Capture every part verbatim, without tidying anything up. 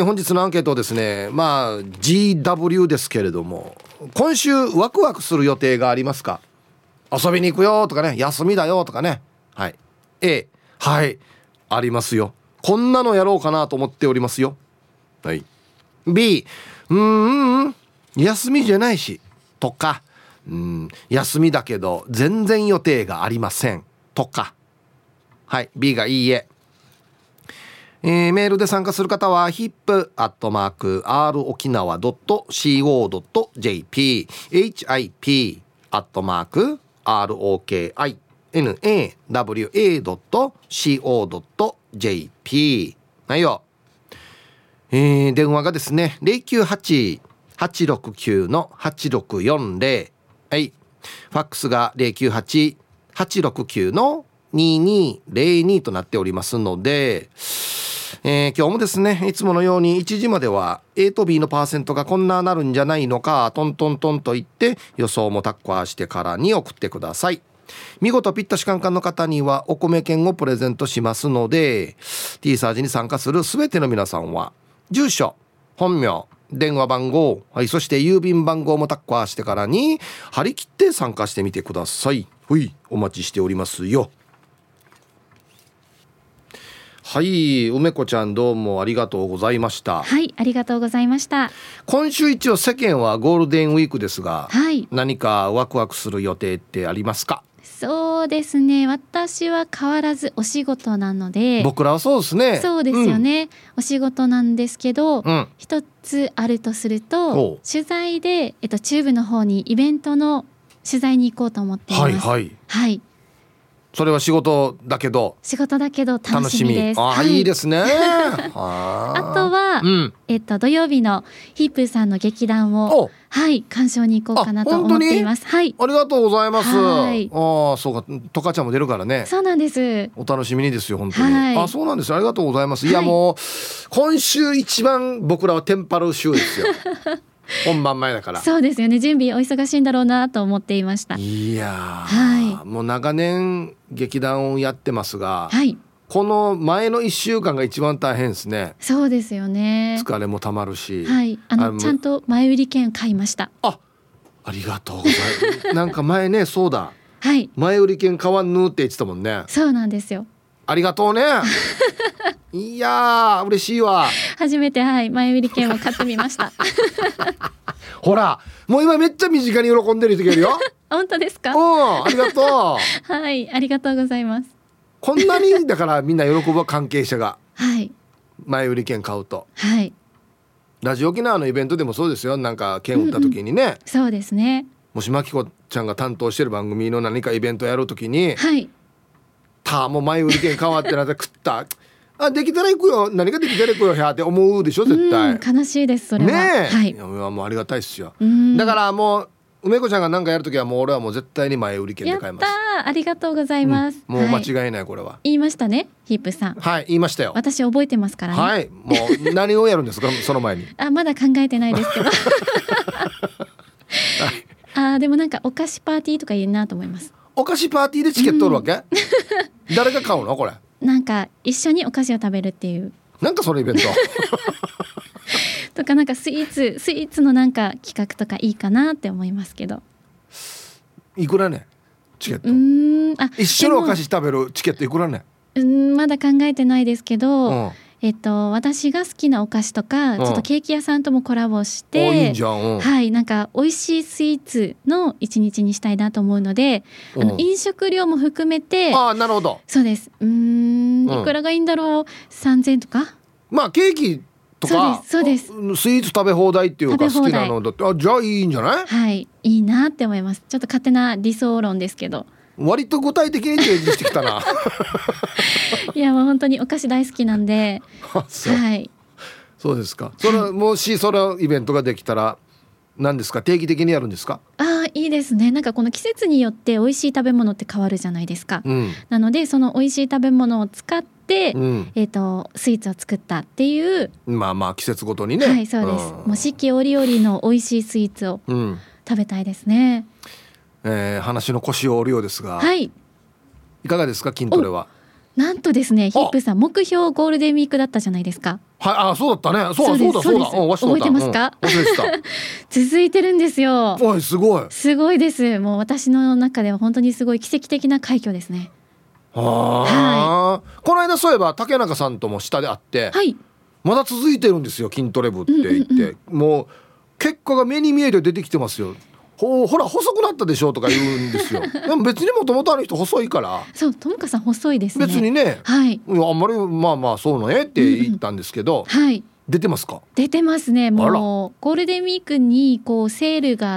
ー、本日のアンケートですね、まあ ジーダブリュー ですけれども、今週ワクワクする予定がありますか？遊びに行くよとかね、休みだよとかね。はい。 A、 はいありますよ、こんなのやろうかなと思っておりますよ。はい。 B、 うーん休みじゃないしとか、うん、休みだけど全然予定がありませんとか。はい、 B がいいえ。えー、メールで参加する方は ヒップ アットマーク アール 沖縄 ドット シーオー ドット ジェーピー ヒップ アットマーク アール オーケーアイエヌエーダブリューエー ドット シーオー ドット ジェーピー。 はいよ。えー、電話がですね ゼロきゅうはち はちろくきゅう はちろくよんゼロ。はい。ファックスが ゼロきゅうはち はちろくきゅう ににゼロにとなっておりますので、えー、今日もですね、いつものようにいちじまでは A と B のパーセントがこんななるんじゃないのかトントントンと言って予想もタッカーしてからに送ってください。見事ピッタシカンカンの方にはお米券をプレゼントしますので、 T サージに参加するすべての皆さんは住所、本名、電話番号、はい、そして郵便番号もタッカーしてからに張り切って参加してみてください。ほい、お待ちしておりますよ。はい、梅子ちゃんどうもありがとうございました。 はい、ありがとうございました。 今週一応世間はゴールデンウィークですが、 はい、 何かワクワクする予定ってありますか？ そうですね、私は変わらずお仕事なので。 僕らはそうですね。 そうですよね、うん、お仕事なんですけど、うん、一つあるとすると取材で、えっと、中部の方にイベントの取材に行こうと思っています。 はいはい、 はい、 それは仕事だけど仕事だけど楽しみです。 あ、 はい、 いいですねあとは、うん、えっと、土曜日のヒープーさんの劇団を、はい、鑑賞に行こうかなと思っています。はい、 ありがとうございます。 はい、 あ、そうか、トカちゃんも出るからね。 そうなんです。 お楽しみにですよ本当に。はい、あ、そうなんです。ありがとうございます。いや、もう、はい、今週一番僕らはテンパる週ですよ本番前だから。 そうですよね、準備お忙しいんだろうなと思っていました。 いや、 はい、 もう長年劇団をやってますが、 はい、 この前のいっしゅうかんが一番大変ですね。 そうですよね。 疲れもたまるし、 はい、あのあのちゃんと前売り券買いました。 あ、ありがとうございますなんか前ね、そうだ、 はい、 前売り券買わんぬって言ってたもんね。 そうなんですよ。 ありがとうねいやー嬉しいわ。 初めて、はい、前売り券を買ってみましたほら、もう今めっちゃ身近に喜んでる人がいるよ本当ですか？ うん、ありがとうはい、ありがとうございます。 こんなにだからみんな喜ぶ関係者がはい、前売り券買うと。 はい、 ラジオ沖縄のイベントでもそうですよ。なんか券売った時にね、うんうん、 そうですね、 もしまきこちゃんが担当してる番組の何かイベントやる時に、 はい、たもう前売り券買わってなって食ったあ、できたら行くよ、何ができたら行くよやって思うでしょ絶対。 うん、悲しいですそれは。 ねえ、 はい、 いやもうありがたいですよ。だからもう梅子ちゃんが何かやるときはもう俺はもう絶対に前売り券で買います。 やったー、ありがとうございます、 うん、もう間違いない、これは、はい、 言いましたねヒップさん。 はい、言いましたよ。 私覚えてますからね。 はい、もう何をやるんですかその前にあ、まだ考えてないですけど、はい、あ、でもなんかお菓子パーティーとかいいなと思います。 お菓子パーティーでチケットおるわけ、うん、誰が買うのこれ。 なんか一緒にお菓子を食べるっていう、 なんかそのイベントとか、なんかスイーツスイーツのなんか企画とかいいかなって思いますけど。 いくらねチケット。 うーん、あ、 一緒のお菓子食べるチケットいくらね。 うーん、まだ考えてないですけど、うん、えっと、私が好きなお菓子とか、うん、ちょっとケーキ屋さんともコラボして、 いいんじゃん、うん、 はい、なんか美味しいスイーツの一日にしたいなと思うので、うん、あの飲食料も含めて。 あ、なるほど。 そうです。うーん、いくらがいいんだろう、さんぜんえんとか。 まあケーキとかそうです、そうです。 スイーツ食べ放題っていうか好きなのだって、あ、じゃあいいんじゃない。 はい、いいなって思います。ちょっと勝手な理想論ですけど、 割と具体的に提示してきたないや、もう本当にお菓子大好きなんでそう、 はい、 そうですか。それ、はい、もしそのイベントができたら何ですか、定期的にやるんですか。 あ、いいですね。なんかこの季節によって美味しい食べ物って変わるじゃないですか、うん、なのでその美味しい食べ物を使って、うん、えーと、スイーツを作ったっていう、 まあまあ季節ごとにね。 はい、そうです、うん、もう四季折々の美味しいスイーツを食べたいですね、 うん、えー、話の腰を折るようですが、 はい、 いかがですか筋トレは。 なんとですね、ヒップさん目標ゴールデンウィークだったじゃないですか。 はい、あ、そうだったね。そうそうだそうだ、 うん、覚えてますか？ うん、忘れてた続いてるんですよ。 おい、すごいすごいです。もう私の中では本当にすごい奇跡的な快挙ですね。 は、はい、この間そういえば竹中さんとも下で会って、 はい、 まだ続いてるんですよ筋トレ部って言って、うんうんうん、もう結果が目に見えて出てきてますよ。ほ, ほら細くなったでしょとか言うんですよ。でも別にもともとあの人細いから。 そう、ともかさん細いですね。 別にね、 はい、 あんまりまあまあそうねって言ったんですけど、 うんうん、はい、 出てますか？ 出てますね。もうゴールデンウィークにこうセールがあって、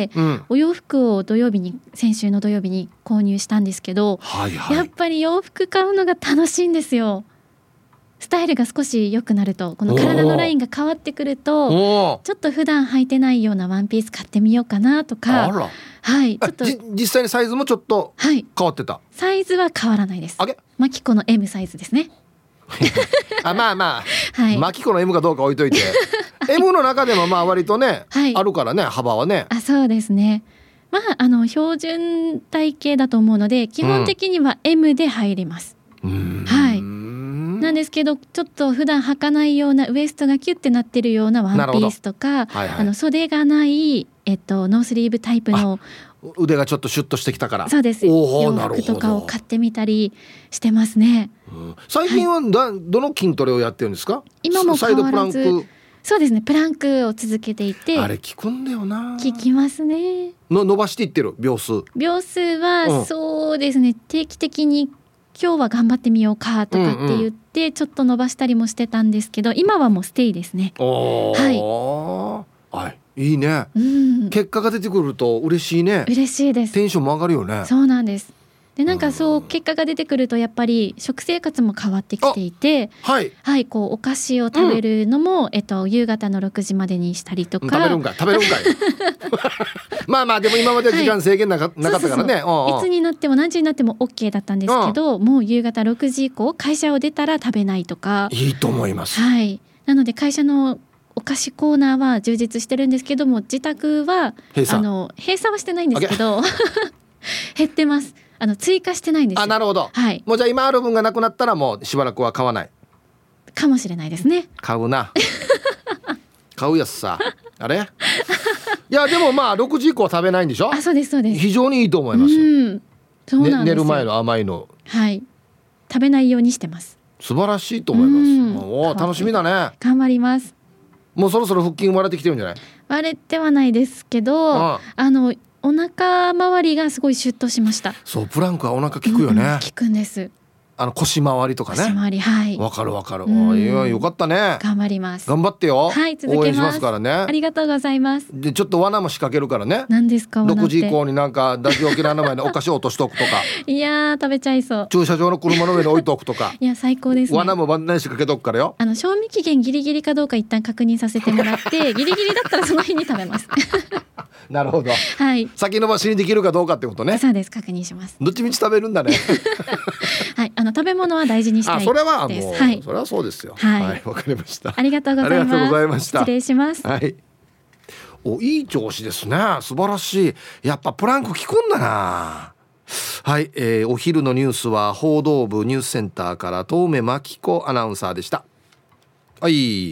うん、お洋服を土曜日に先週の土曜日に購入したんですけど、はいはい、やっぱり洋服買うのが楽しいんですよ。スタイルが少し良くなると、この体のラインが変わってくると、ちょっと普段履いてないようなワンピース買ってみようかなとか、はい、ちょっと実際にサイズもちょっと変わってた？はい、 サイズは変わらないです。あげマキコの エム サイズですね。 あ、まあまあ、はい、マキコの エム かどうか置いといてエム の中でもまあ割とね、はい、あるからね、幅はね。 あ、そうですね。まああの標準体型だと思うので基本的には エム で入ります。うん、はい。なんですけど、ちょっと普段履かないようなウエストがキュッてなってるようなワンピースとか、はいはい、あの袖がない、えっと、ノースリーブタイプの腕がちょっとシュッとしてきたから、 そうです、洋服とかを買ってみたりしてますね。 うん、最近はだ、はい、どの筋トレをやってるんですか？ 今も変わらず、 サイドプランク。 そうですね、プランクを続けていて。 あれ効くんだよな。 効きますね。 の伸ばしていってる秒数秒数は、うん、そうですね、定期的に今日は頑張ってみようかとかって言ってちょっと伸ばしたりもしてたんですけど、今はもうステイですね。 はい、はい、いいね、うん、結果が出てくると嬉しいね。 嬉しいです。 テンションも上がるよね。 そうなんです。でなんかそう結果が出てくるとやっぱり食生活も変わってきていて、はい、はい、こうお菓子を食べるのも、うん、えっと、夕方のろくじまでにしたりとか、 食べるんかい食べるんかいまあまあでも今までは時間制限なか、はい、なかったからね。 そうそうそう、いつになっても何時になっても OK だったんですけど、もう夕方ろくじ以降会社を出たら食べないとか。 いいと思います。 はい、なので会社のお菓子コーナーは充実してるんですけども、自宅は閉鎖、あの閉鎖はしてないんですけど減ってます。あの追加してないんですよ。 あ、なるほど、はい、もうじゃあ今ある分がなくなったらもうしばらくは買わないかもしれないですね。 買うな買うやつさあれいやでもまあろくじ以降は食べないんでしょ？ あ、そうですそうです。 非常にいいと思います。うん、 そうなんですよ、ね、 寝る前の甘いの、 はい、食べないようにしてます。 素晴らしいと思います。お、楽しみだね。 頑張ります。 もうそろそろ腹筋割れてきてるんじゃない？ 割れてはないですけど、ああのお腹周りがすごいシュッとしました。そう、 プランクはお腹効くよね、うんうん、 効くんです。 あの腰回りとかね。 腰回り、はい。 わかるわかる。うん、いやよかったね。 頑張ります。 頑張ってよ。 はい、続けます。 応援しますからね。 ありがとうございます。 でちょっと罠も仕掛けるからね。 何ですか？ ろくじ以降になんかラジオ沖縄の前にお菓子を落としとくとかいやー食べちゃいそう。 駐車場の車の上に置いとくとかいや最高ですね。 罠も万年仕掛けとくからよ。 あの賞味期限ギリギリかどうか一旦確認させてもらってギリギリだったらその日に食べますなるほど、 はい、 先延ばしにできるかどうかってことね。 そうです、確認します。 どっちみち食べるんだねはい、あの食べ物は大事にしたいです。 あ、それはもう、はい、それはそうですよ。はい、はい、わかりました。 ありがとうございます。 ありがとうございました。 失礼します。 はい、お、いい調子ですね。素晴らしい。やっぱプランク効くんだな。はい、えー、お昼のニュースは報道部ニュースセンターから遠目真紀子アナウンサーでした。はい、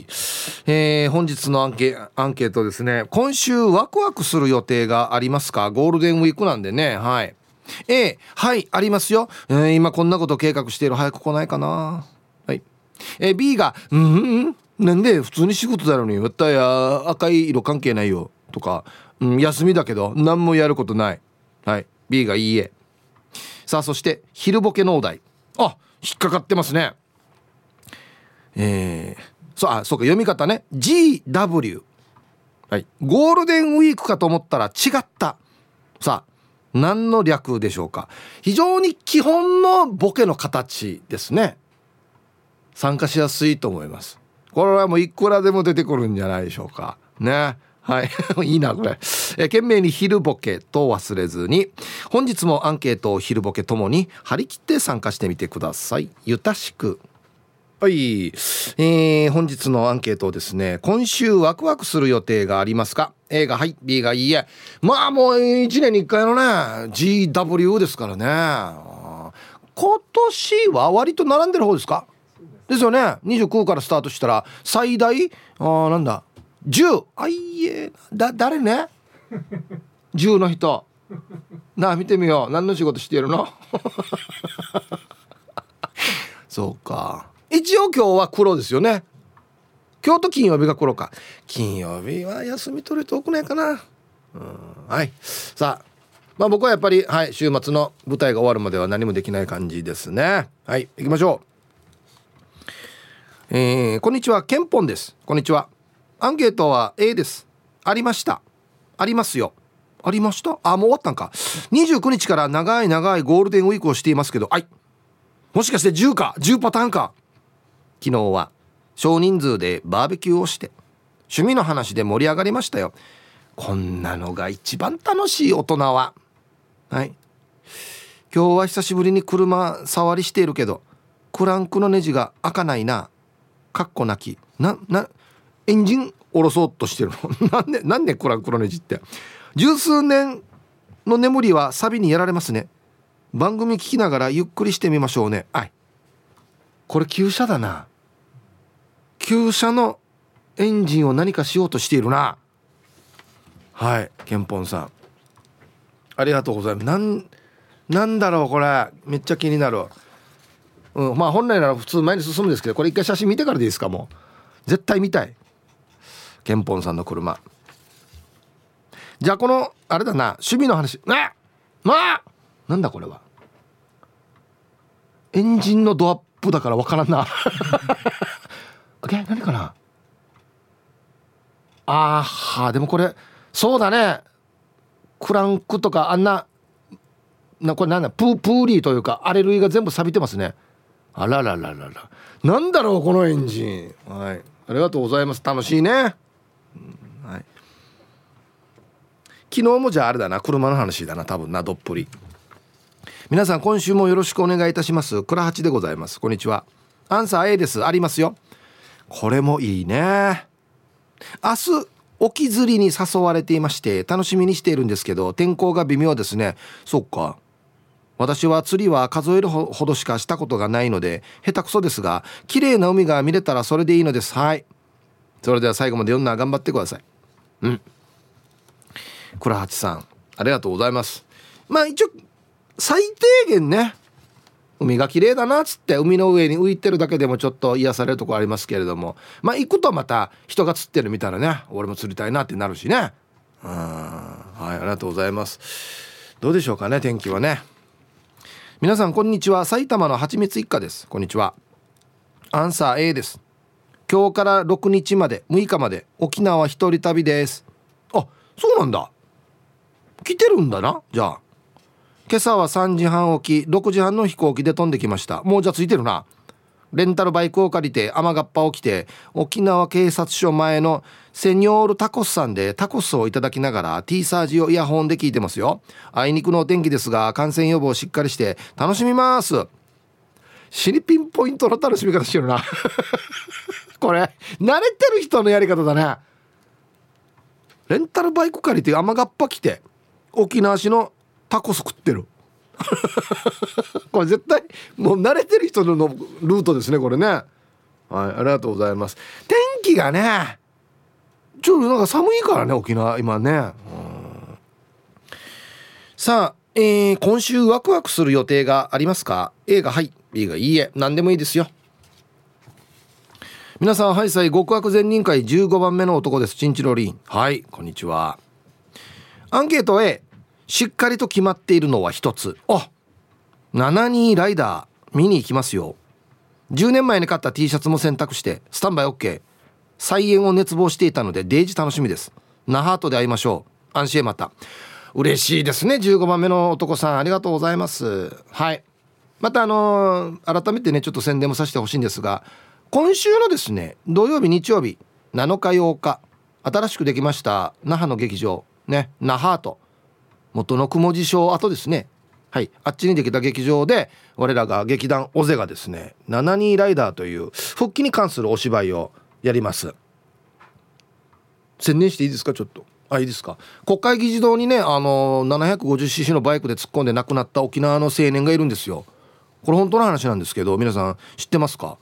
えー、本日のアンケ、アンケートですね。今週ワクワクする予定がありますか？ゴールデンウィークなんでね。はい、A、はい、ありますよ、えー、今こんなこと計画している。早く来ないかな。はい、えー、B がうん、うん、なんで普通に仕事だろうに、わったや赤い色関係ないよとか、うん、休みだけど何もやることない。はい、 B がいいえ。さあそして昼ボケのお題、あ、引っかかってますね。えー、そう、あ、そうか、読み方ね、 ジーダブリュー、はい、ゴールデンウィークかと思ったら違った。さあ何の略でしょうか。非常に基本のボケの形ですね。参加しやすいと思います。これはもういくらでも出てくるんじゃないでしょうかね。はいいいなこれ。え懸命に昼ボケと忘れずに、本日もアンケートを昼ボケともに張り切って参加してみてください。ゆたしく。はい、えー、本日のアンケートですね。今週ワクワクする予定がありますか？ A がはい、 B がいいえ。まあもういちねんにいっかいのね ジーダブリュー ですからね。今年は割と並んでる方ですか？ ですよね。にじゅうきゅうからスタートしたら最大あーなんだじゅうあいえだ誰ねじゅうの人なあ見てみよう何の仕事しているのそうか一応今日は黒ですよね。今日と金曜日が黒か。金曜日は休み取れておくないかな。うんはいさあまあ僕はやっぱりはい週末の舞台が終わるまでは何もできない感じですね。はい行きましょう。えー、こんにちはケンポンです。こんにちは。アンケートは A です。ありましたありますよありましたあもう終わったんか。にじゅうくにちから長い長いゴールデンウィークをしていますけどはいもしかしてじゅうかじゅうパターンか。昨日は少人数でバーベキューをして趣味の話で盛り上がりましたよ。こんなのが一番楽しい大人は。はい今日は久しぶりに車触りしているけどクランクのネジが開かないなかっこなきななエンジン下ろそうとしてるのなんでなんでクランクのネジって十数年の眠りはサビにやられますね。番組聞きながらゆっくりしてみましょうね。はいこれ旧車だな。旧車のエンジンを何かしようとしているな。はいケンポンさんありがとうございます。なんなんだろうこれめっちゃ気になる。うんまあ本来なら普通前に進むんですけどこれ一回写真見てからでいいですか。もう絶対見たいケンポンさんの車。じゃあこのあれだな趣味の話なななんだこれはエンジンのドアップだからわからんなえ何かなあーはでもこれそうだねクランクとかあんななこれなんだプープーリーというかアレルイが全部錆びてますね。あらららららなんだろうこのエンジン。はいありがとうございます。楽しいね、うんはい、昨日もじゃああれだな車の話だな多分などっぷり。皆さん今週もよろしくお願いいたします。倉八でございます。こんにちは。アンサー A です。ありますよ。これもいいね。明日沖釣りに誘われていまして楽しみにしているんですけど天候が微妙ですね。そっか私は釣りは数えるほどしかしたことがないので下手くそですが綺麗な海が見れたらそれでいいのです。はいそれでは最後まで読んだら頑張ってください。うん倉八さんありがとうございます。まあ一応最低限ね海が綺麗だなっつって海の上に浮いてるだけでもちょっと癒されるところありますけれどもまあ行くとまた人が釣ってるみたいなね俺も釣りたいなってなるしね。うんはいありがとうございます。どうでしょうかね天気はね。皆さんこんにちは。埼玉のはちみつ一家です。こんにちは。アンサー A です。今日からろくにちまでむいかまで沖縄一人旅です。あそうなんだ来てるんだな。じゃあ今朝はさんじはん起きろくじはんの飛行機で飛んできました。もうじゃあついてるな。レンタルバイクを借りて雨がっぱを着て沖縄警察署前のセニョールタコスさんでタコスをいただきながら T サージをイヤホンで聞いてますよ。あいにくのお天気ですが感染予防しっかりして楽しみます。シリピンポイントの楽しみ方してるなこれ慣れてる人のやり方だね。レンタルバイク借りて雨がっぱ着て沖縄市のタコス食ってるこれ絶対もう慣れてる人のルートですねこれね。はいありがとうございます。天気がねちょっとなんか寒いからね沖縄今ね。うんさあ、えー、今週ワクワクする予定がありますか。 A がはい B がいいえ何でもいいですよ。皆さんはいさい極悪善人会じゅうごばんめの男です。チンチロリンはいこんにちは。アンケート A しっかりと決まっているのは一つ。あななじゅうにライダー見に行きますよ。じゅうねんまえに買った T シャツも選択してスタンバイ OK。 再演を熱望していたのでデイジ楽しみです。那覇とで会いましょう。安心へまた。嬉しいですね。じゅうごばんめの男さんありがとうございます。はいまたあのー、改めてねちょっと宣伝もさせてほしいんですが今週のですね土曜日日曜日なのかようか新しくできました那覇の劇場ね那覇と元の雲地賞跡ですね。はいあっちにできた劇場で我らが劇団オゼがですねななじゅうにライダーという復帰に関するお芝居をやります。宣伝していいですかちょっと。あいいですか。国会議事堂にねあの ななひゃくごじゅうシーシー のバイクで突っ込んで亡くなった沖縄の青年がいるんですよ。これ本当の話なんですけど皆さん知ってますか。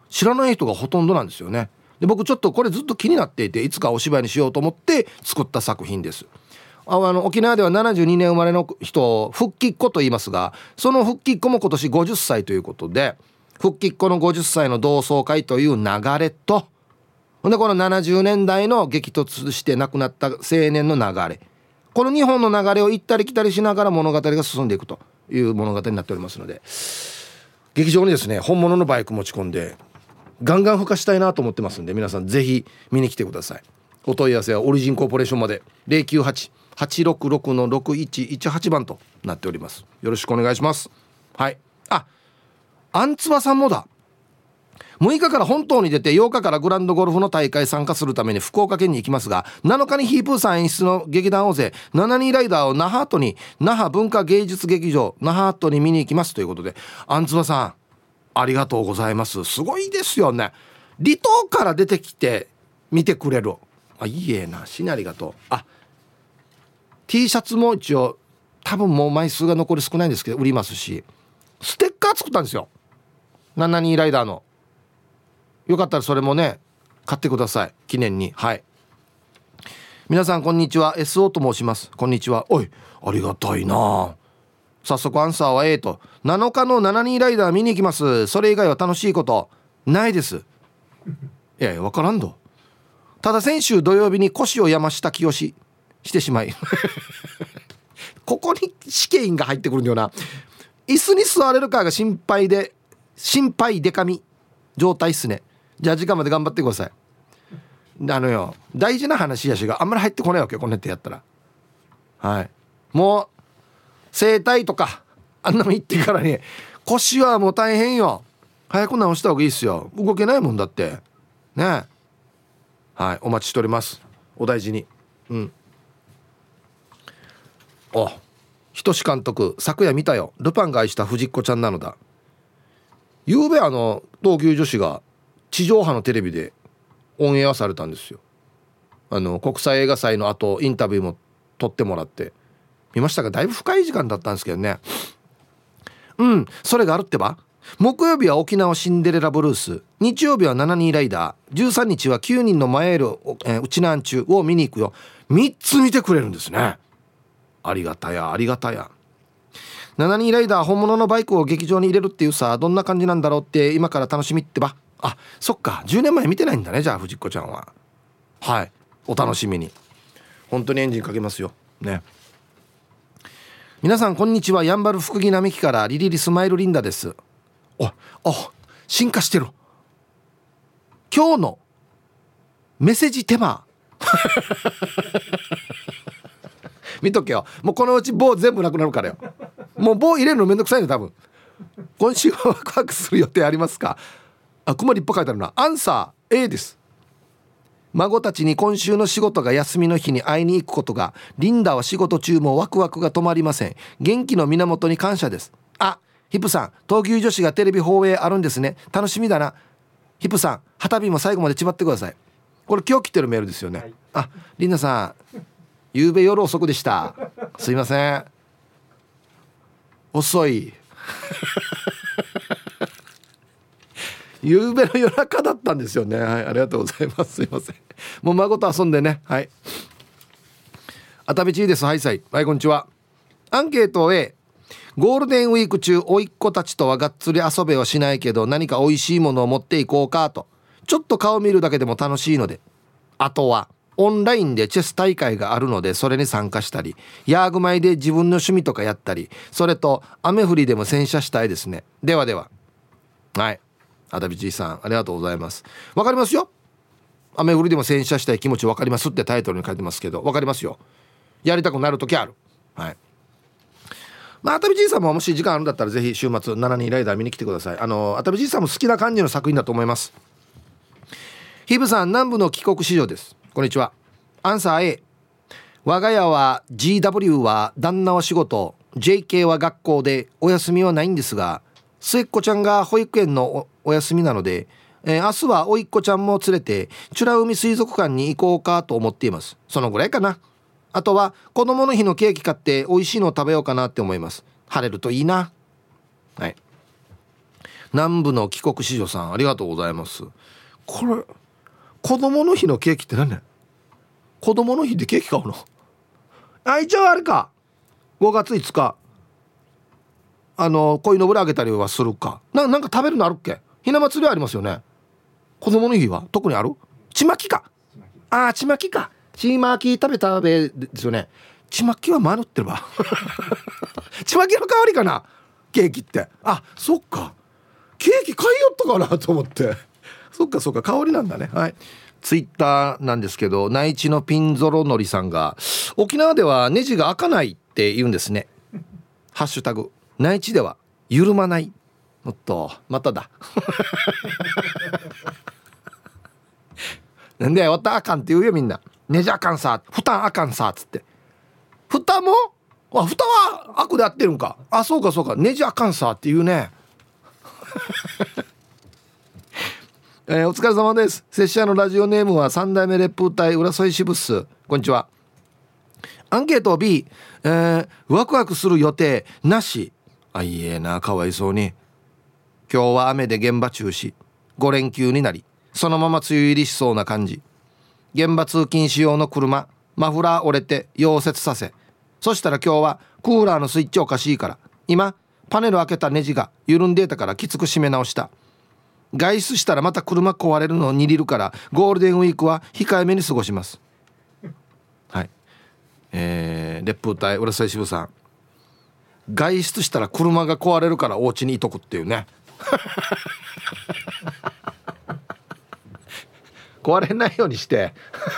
知らない人がほとんどなんですよね。で僕ちょっとこれずっと気になっていて、いつかお芝居にしようと思って作った作品です。ああの沖縄ではななじゅうにねん生まれの人を復帰っ子と言いますが、その復帰っ子も今年ごじゅっさいということで、復帰っ子のごじゅっさいの同窓会という流れと、でこのななじゅうねんだいの激突して亡くなった青年の流れ、このにほんの流れを行ったり来たりしながら物語が進んでいくという物語になっておりますので、劇場にですね本物のバイク持ち込んでガンガン吹かしたいなと思ってますんで、皆さんぜひ見に来てください。お問い合わせはオリジンコーポレーションまで ゼロきゅうはち はちろくろく ろくいちいちはち 番となっております。よろしくお願いします。はい。あ、アンツバさんもだ。むいかから本島に出てようかからグランドゴルフの大会参加するために福岡県に行きますが、なのかにヒープーさん演出の劇団大勢ななじゅうにライダーを那覇とに那覇文化芸術劇場那覇とに見に行きますということで、アンツバさんありがとうございます。すごいですよね。離島から出てきて見てくれる。あ、いいえな、しにありがとう。あ、T シャツも一応多分もう枚数が残り少ないんですけど売りますし、ステッカー作ったんですよ、ななじゅうにライダーの。よかったらそれもね買ってください、記念に。はい。皆さんこんにちは、 エスオー と申します。こんにちは。おい、ありがたいな。早速アンサーは A と、なのかのななじゅうにライダー見に行きます。それ以外は楽しいことないです。いやいや分からんど。ただ先週土曜日に腰を山下清してしまいここに試験員が入ってくるんだよな。椅子に座れるかが心配で心配でかみ状態っすね。じゃあ時間まで頑張ってください。あのよ、大事な話やしがあんまり入ってこないわけよ、こんなってやったら。はい。もう整体とかあんなの行ってからに腰はもう大変よ。早く直した方がいいっすよ。動けないもんだってね。はい、お待ちしております。お大事に。うん。お、ひとし監督、昨夜見たよ。ルパンが愛した藤子ちゃんなのだ。ゆうべあの東急女子が地上波のテレビでオンエアされたんですよ。あの国際映画祭の後インタビューも撮ってもらって見ましたが、だいぶ深い時間だったんですけどね。うん、それがあるってば。木曜日は沖縄シンデレラブルース、日曜日はななじゅうにライダー、じゅうさんにちはきゅうにんのマエール、えー、うちなんちゅうを見に行くよ。みっつ見てくれるんですね。ありがたやありがたや。ななじゅうにライダー本物のバイクを劇場に入れるっていうさ、どんな感じなんだろうって今から楽しみってば。あ、そっか、じゅうねんまえ見てないんだね、じゃあ藤子ちゃんは。はい、お楽しみに。本当にエンジンかけますよね。皆さんこんにちは、やんばる福木並木からリリリスマイルリンダです。お、あ、進化してる。今日のメッセージ手間見とけよ。もうこのうち棒全部なくなるからよ。もう棒入れるのめんどくさいね多分。今週はワクワクする予定ありますか。あ、くまりいっぱい書いてあるな。アンサー A です。孫たちに今週の仕事が休みの日に会いに行くことが、リンダは仕事中もワクワクが止まりません。元気の源に感謝です。あ、ヒップさん、東急女子がテレビ放映あるんですね。楽しみだな。ヒップさん、旗日も最後までちばってください。これ今日来てるメールですよね、はい。あ、リンダさん、夕べ夜遅くでした。すいません。遅い夕べの夜中だったんですよね。はい、ありがとうございます。すいません。もう孫と遊んでね。はい。あたべちいです。はいさい。はい、こんにちは。アンケート A。ゴールデンウィーク中、おいっ子たちとはがっつり遊べはしないけど、何か美味しいものを持っていこうかと。ちょっと顔見るだけでも楽しいので。あとはオンラインでチェス大会があるので、それに参加したり、ヤーグマイで自分の趣味とかやったり、それと雨降りでも洗車したいですね。ではでは。はい、あたびちいさん、ありがとうございます。わかりますよ。雨降りでも洗車したい気持ちわかりますってタイトルに書いてますけど、わかりますよ。やりたくなる時ある。はい。まあ、あたびじいさんももし時間あるんだったらぜひ週末ななじゅうにライダー見に来てください。あのあたびじいさんも好きな感じの作品だと思います。ヒブさん、南部の帰国子女です。こんにちは。アンサー A。 我が家は ジーダブリュー は旦那は仕事、 ジェイケー は学校でお休みはないんですが、末っ子ちゃんが保育園の お, お休みなので、えー、明日はおいっ子ちゃんも連れて美ら海水族館に行こうかと思っています。そのぐらいかな。あとは子供の日のケーキ買って美味しいのを食べようかなって思います。晴れるといいな。はい。 南部の帰国子女さん、ありがとうございます。これ子供の日のケーキって何ね、子供の日でケーキ買うの？あ、一応あれか、ごがついつかあの鯉のぼりあげたりはするかな。なんか食べるのあるっけ？ひな祭りはありますよね。子供の日は特にある？ちまきか。ああ、ちまきか。ちまき食べ食べですよね。ちまきは迷ってるわちまきの香りかな、ケーキって。あ、そっか、ケーキ買いよったかなと思ってそっかそっか、香りなんだね。はい。ツイッターなんですけど、内地のピンゾロのりさんが、沖縄ではネジが開かないって言うんですね。ハッシュタグ内地では緩まない。おっとまただなんで終わったあかんって言うよみんな。ネジあかんさ、蓋あかんさっつって。蓋も、あ、蓋は悪で合ってるんか。あ、そうかそうか、ネジあかんさって言うねえー、お疲れ様です。拙者のラジオネームは三代目烈風隊浦添支部っす。こんにちは。アンケート B、えー、ワクワクする予定なし。あ、いいえな、かわいそうに。今日は雨で現場中止、ご連休になり、そのまま梅雨入りしそうな感じ。現場通勤仕様の車、マフラー折れて溶接させ、そしたら今日はクーラーのスイッチおかしいから、今パネル開けたネジが緩んでいたからきつく締め直した。外出したらまた車壊れるのにりるから、ゴールデンウィークは控えめに過ごしますはい。えー、烈風隊浦添支部さん、外出したら車が壊れるからお家にいとくっていうね壊れないようにして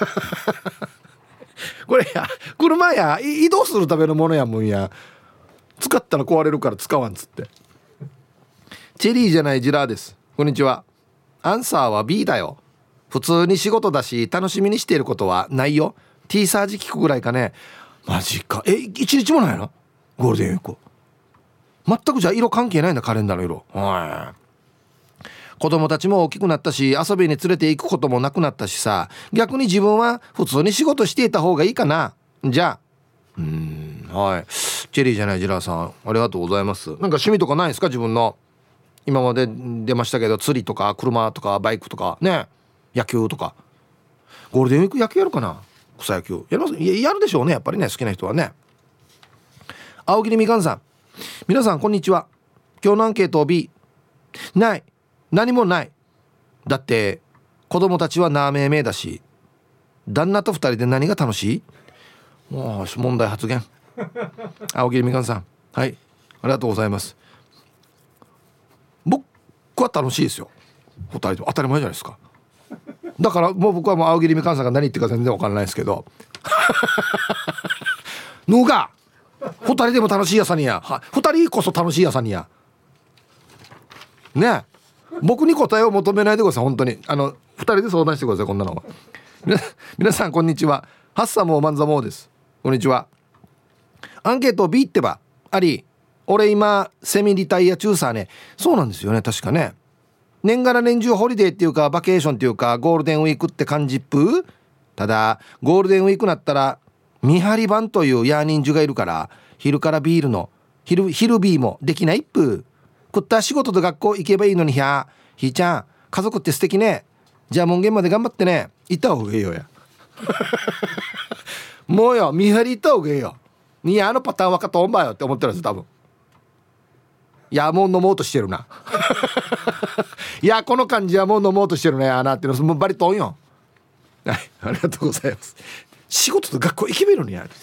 これや車や移動するためのものやもんや、使ったら壊れるから使わんつって。チェリーじゃないジラーです。こんにちは。アンサーは B だよ。普通に仕事だし楽しみにしていることはないよ。 T サージ聞くぐらいかね。マジか。え、一日もないのゴールデンウィーク。全くじゃあ色関係ないんだ、カレンダーの色。はい。子供たちも大きくなったし、遊びに連れて行くこともなくなったしさ、逆に自分は普通に仕事していた方がいいかな。じゃあうーん、はい。チェリーじゃないジラーさん、ありがとうございます。なんか趣味とかないですか、自分の。今まで出ましたけど、釣りとか車とかバイクとかね、野球とか。ゴールデンウィーク野球やるかな。草野球やります。いや、やるでしょうね、やっぱりね、好きな人はね。青桐みかんさん、皆さんこんにちは。今日のアンケート B、 ない、何もない。だって子供たちはなめめだし、旦那とふたりで何が楽しい？もう問題発言青桐みかんさん、はい、ありがとうございます。僕は楽しいですよ、ふたりと当たり前じゃないですか。だからもう僕はもう青桐みかんさんが何言ってるか全然わからないですけどのがふたりでも楽しいやさにや、ふたりこそ楽しいやさにやね。僕に答えを求めないでください、本当に。あのふたりで相談してください、こんなのは。皆さんこんにちは。ハッサモーマンザモーです。こんにちは。アンケート B ってばあり、俺今セミリタイヤ中さね。そうなんですよね、確かね。年がら年中ホリデーっていうかバケーションっていうかゴールデンウィークって感じっぷ。ただゴールデンウィークなったら見張り番というヤーニンジュがいるから、昼からビールの昼昼ビーもできないっぷ。食った仕事と学校行けばいいのに、ひゃひーちゃん家族って素敵ね。じゃあ門限まで頑張ってね。行った方がいいよやもうよ、見張り行った方がいいよ。いや、あのパターン分かったおんばよって思ってるんです多分。いや、もう飲もうとしてるないや、この感じはもう飲もうとしてるねあなっていうのもうバリトンよ。はい、ありがとうございます。仕事と学校行けばいいのにや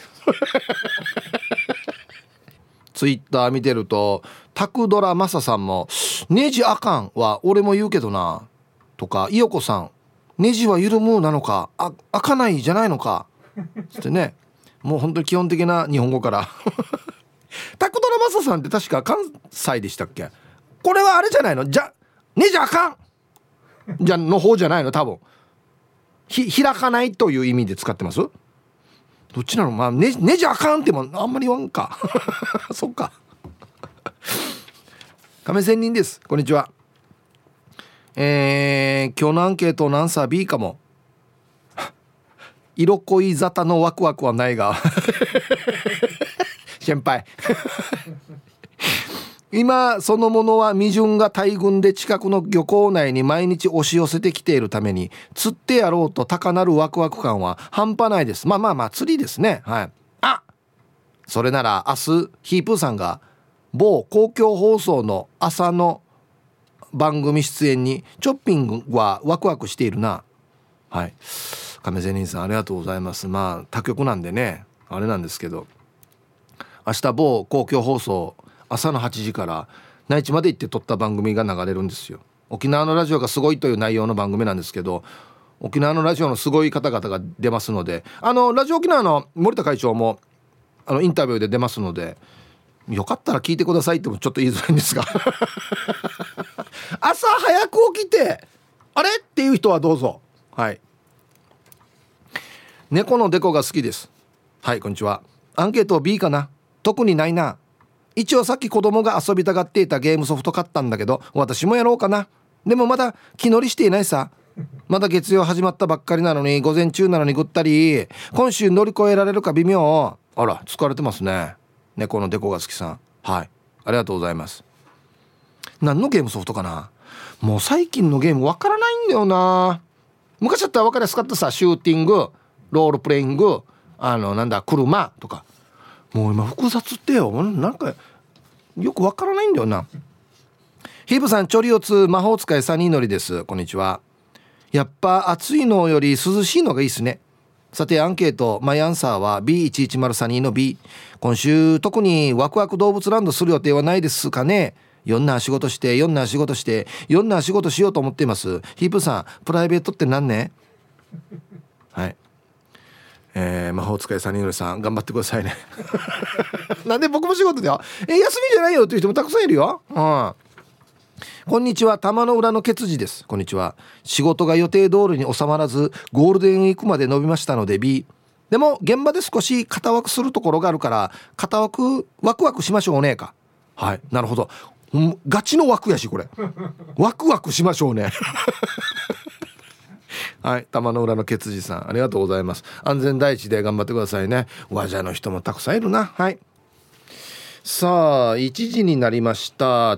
ツイッター見てるとタクドラマサさんもネジあかんは俺も言うけどなとか、イヨコさんネジは緩むなのか、あ開かないじゃないのかつってね。もう本当に基本的な日本語からタクドラマサさんって確か関西でしたっけ。これはあれじゃないの、じゃネジあかんじゃの方じゃないの多分。ひ開かないという意味で使ってます。どっちなの。まあネジ、ネジあかんってもあんまり言わんかそっか。亀仙人です。こんにちは。えー、今日のアンケートのアンサー B かも色恋沙汰のワクワクはないが先輩今そのものは未順が大群で近くの漁港内に毎日押し寄せてきているために、釣ってやろうと高鳴るワクワク感は半端ないです。まあまあまあ釣りですね。はい。あ、それなら明日ヒープーさんが某公共放送の朝の番組出演にチョッピングはワクワクしているな。はい、亀仙人さんありがとうございます。まあ他局なんでねあれなんですけど、明日某公共放送朝のはちじから内地まで行って撮った番組が流れるんですよ。沖縄のラジオがすごいという内容の番組なんですけど、沖縄のラジオのすごい方々が出ますので、あのラジオ沖縄の森田会長もあのインタビューで出ますので、よかったら聞いてくださいってもちょっと言いづらいんですが朝早く起きてあれっていう人はどうぞ。はい。猫のデコが好きです。はい、こんにちは。アンケート ビー かな。特にないな。一応さっき子供が遊びたがっていたゲームソフト買ったんだけど、私もやろうかな。でもまだ気乗りしていないさ。まだ月曜始まったばっかりなのに、午前中なのにぐったり、今週乗り越えられるか微妙。あら疲れてますね。猫のデコが好きさん、はい、ありがとうございます。何のゲームソフトかな。もう最近のゲームわからないんだよな。昔だったら分かりやすかったさ。シューティング、ロールプレイング、あのなんだ車とか。もう今複雑ってよ、なんかよくわからないんだよな。ヒープさん、チョリオツ魔法使いサニーノリです。こんにちは。やっぱ暑いのより涼しいのがいいですね。さてアンケートマイアンサーは ビーいちいちまるさんに の B。 今週特にワクワク動物ランドする予定はないですかね。いろんな仕事していろんな仕事していろんな仕事しようと思っています。ヒープさん、プライベートって何ね。はい、えー、魔法使いサニーノリさん頑張ってくださいねなんで僕も仕事だよ、えー、休みじゃないよという人もたくさんいるよ。うん。こんにちは、玉の裏のケツジです。こんにちは。仕事が予定通りに収まらずゴールデンウィークまで伸びましたので B。 でも現場で少し肩枠するところがあるから肩枠ワクワクしましょうねか。はい、なるほど。ガチの枠やしこれワクワクしましょうねはい、玉の裏のケツジさんありがとうございます。安全第一で頑張ってくださいね。わじゃの人もたくさんいるな。はい、さあいちじになりました。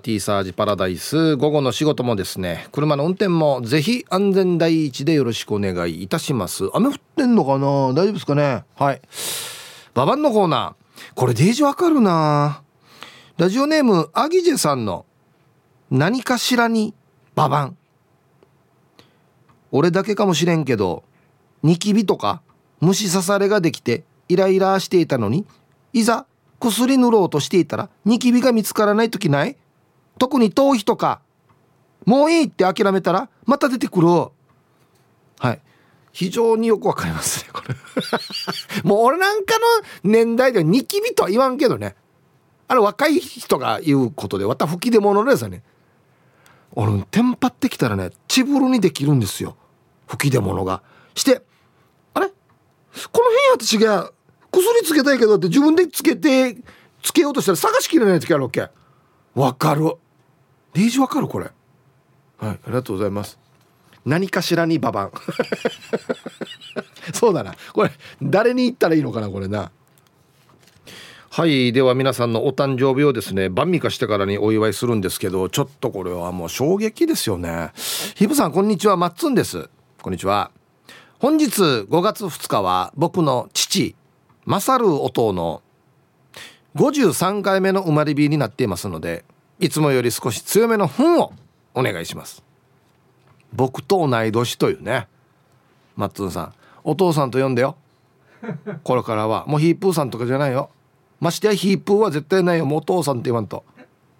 T サージパラダイス、午後の仕事もですね、車の運転もぜひ安全第一でよろしくお願いいたします。雨降ってんのかな、大丈夫ですかね。はい、ババンのコーナー、これデージわかるな。ラジオネームアギジェさんの何かしらにババン。俺だけかもしれんけどニキビとか虫刺されができてイライラしていたのに、いざ薬塗ろうとしていたらニキビが見つからない時ない？特に頭皮とか。もういいって諦めたらまた出てくる。はい、非常によくわかりますねこれもう俺なんかの年代ではニキビとは言わんけどね、あれ若い人が言うことで、わた吹き出物ですよね。俺テンパってきたらね、チブルにできるんですよ、吹き出物が。してあれこの辺やって違う薬つけたいけどって自分でつけてつけようとしたら探しきれない時あるわけ。わかる、デージわかるこれ。はい、ありがとうございます。何かしらにババンそうだな、これ誰に言ったらいいのかなこれな。はい、では皆さんのお誕生日をですね晩御飯してからにお祝いするんですけど、ちょっとこれはもう衝撃ですよね。ヒブさんこんにちは、マッツンです。こんにちは。本日ごがつふつかは僕の父マサルお父のごじゅうさんかいめの生まれ日になっていますので、いつもより少し強めの吻をお願いします。僕と同い年というね。マッツンさんお父さんと呼んでよこれからはもうヒープーさんとかじゃないよ。ましてやヒープーは絶対ないよ、もうお父さんって言わんと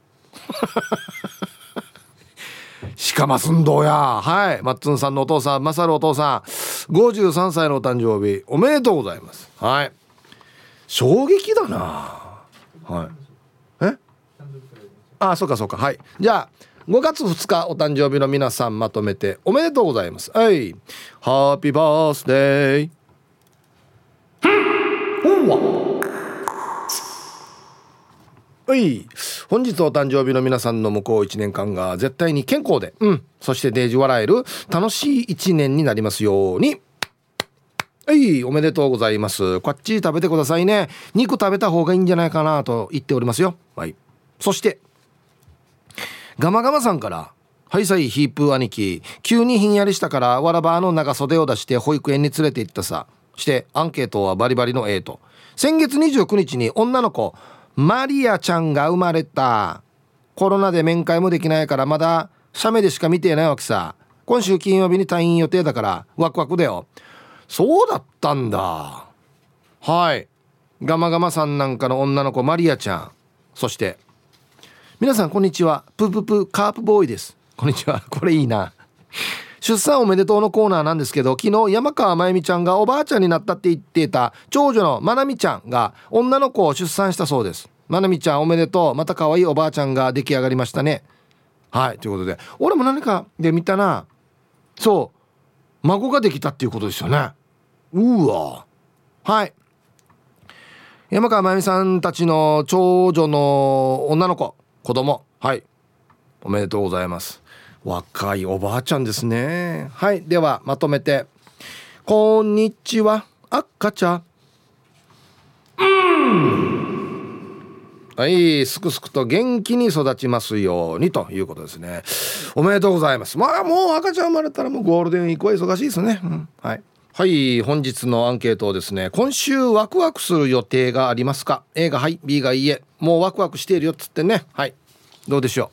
しかますんどうや。はい、マッツンさんのお父さんマサルお父さんごじゅうさんさいのお誕生日おめでとうございます。はい、衝撃だな。はい、えあそうかそうか。はい、じゃあごがつふつかお誕生日の皆さんまとめておめでとうございます。はい、ハッピーバースデー。ほんわはい、本日お誕生日の皆さんの向こういちねんかんが絶対に健康で、うん、そしてデージ笑える楽しいいちねんになりますように。はい、おめでとうございます。こっち食べてくださいね。肉食べた方がいいんじゃないかなと言っておりますよ。はい、そしてガマガマさんから、はいさいヒープー兄貴、急にひんやりしたからわらばの長袖を出して保育園に連れて行ったさ。してアンケートはバリバリの A と、先月にじゅうくにちに女の子マリアちゃんが生まれた。コロナで面会もできないからまだ写メでしか見ていないわけさ。今週金曜日に退院予定だからワクワクだよ。そうだったんだ。はい、ガマガマさんなんかの女の子マリアちゃん、そして皆さんこんにちは、プププカープボーイです。こんにちは。これいいな。出産おめでとうのコーナーなんですけど、昨日山川真由美ちゃんがおばあちゃんになったって言っていた長女のまなみちゃんが女の子を出産したそうです。まなみちゃんおめでとう、また可愛いおばあちゃんが出来上がりましたね。はい、ということで俺も何かで見たな。そう孫ができたっていうことですよね。うわ、はい、山川真由美さんたちの長女の女の子子供、はい、おめでとうございます。若いおばあちゃんですね。はい、ではまとめて、こんにちは赤ちゃん、うん、はい、すくすくと元気に育ちますようにということですね。おめでとうございます。まあもう赤ちゃん生まれたらもうゴールデンウィークは忙しいですね、うん、はい、はい、本日のアンケートをですね、今週ワクワクする予定がありますか？ A がはい、 B がいいえ。もうワクワクしているよっつってね。はい、どうでしょう。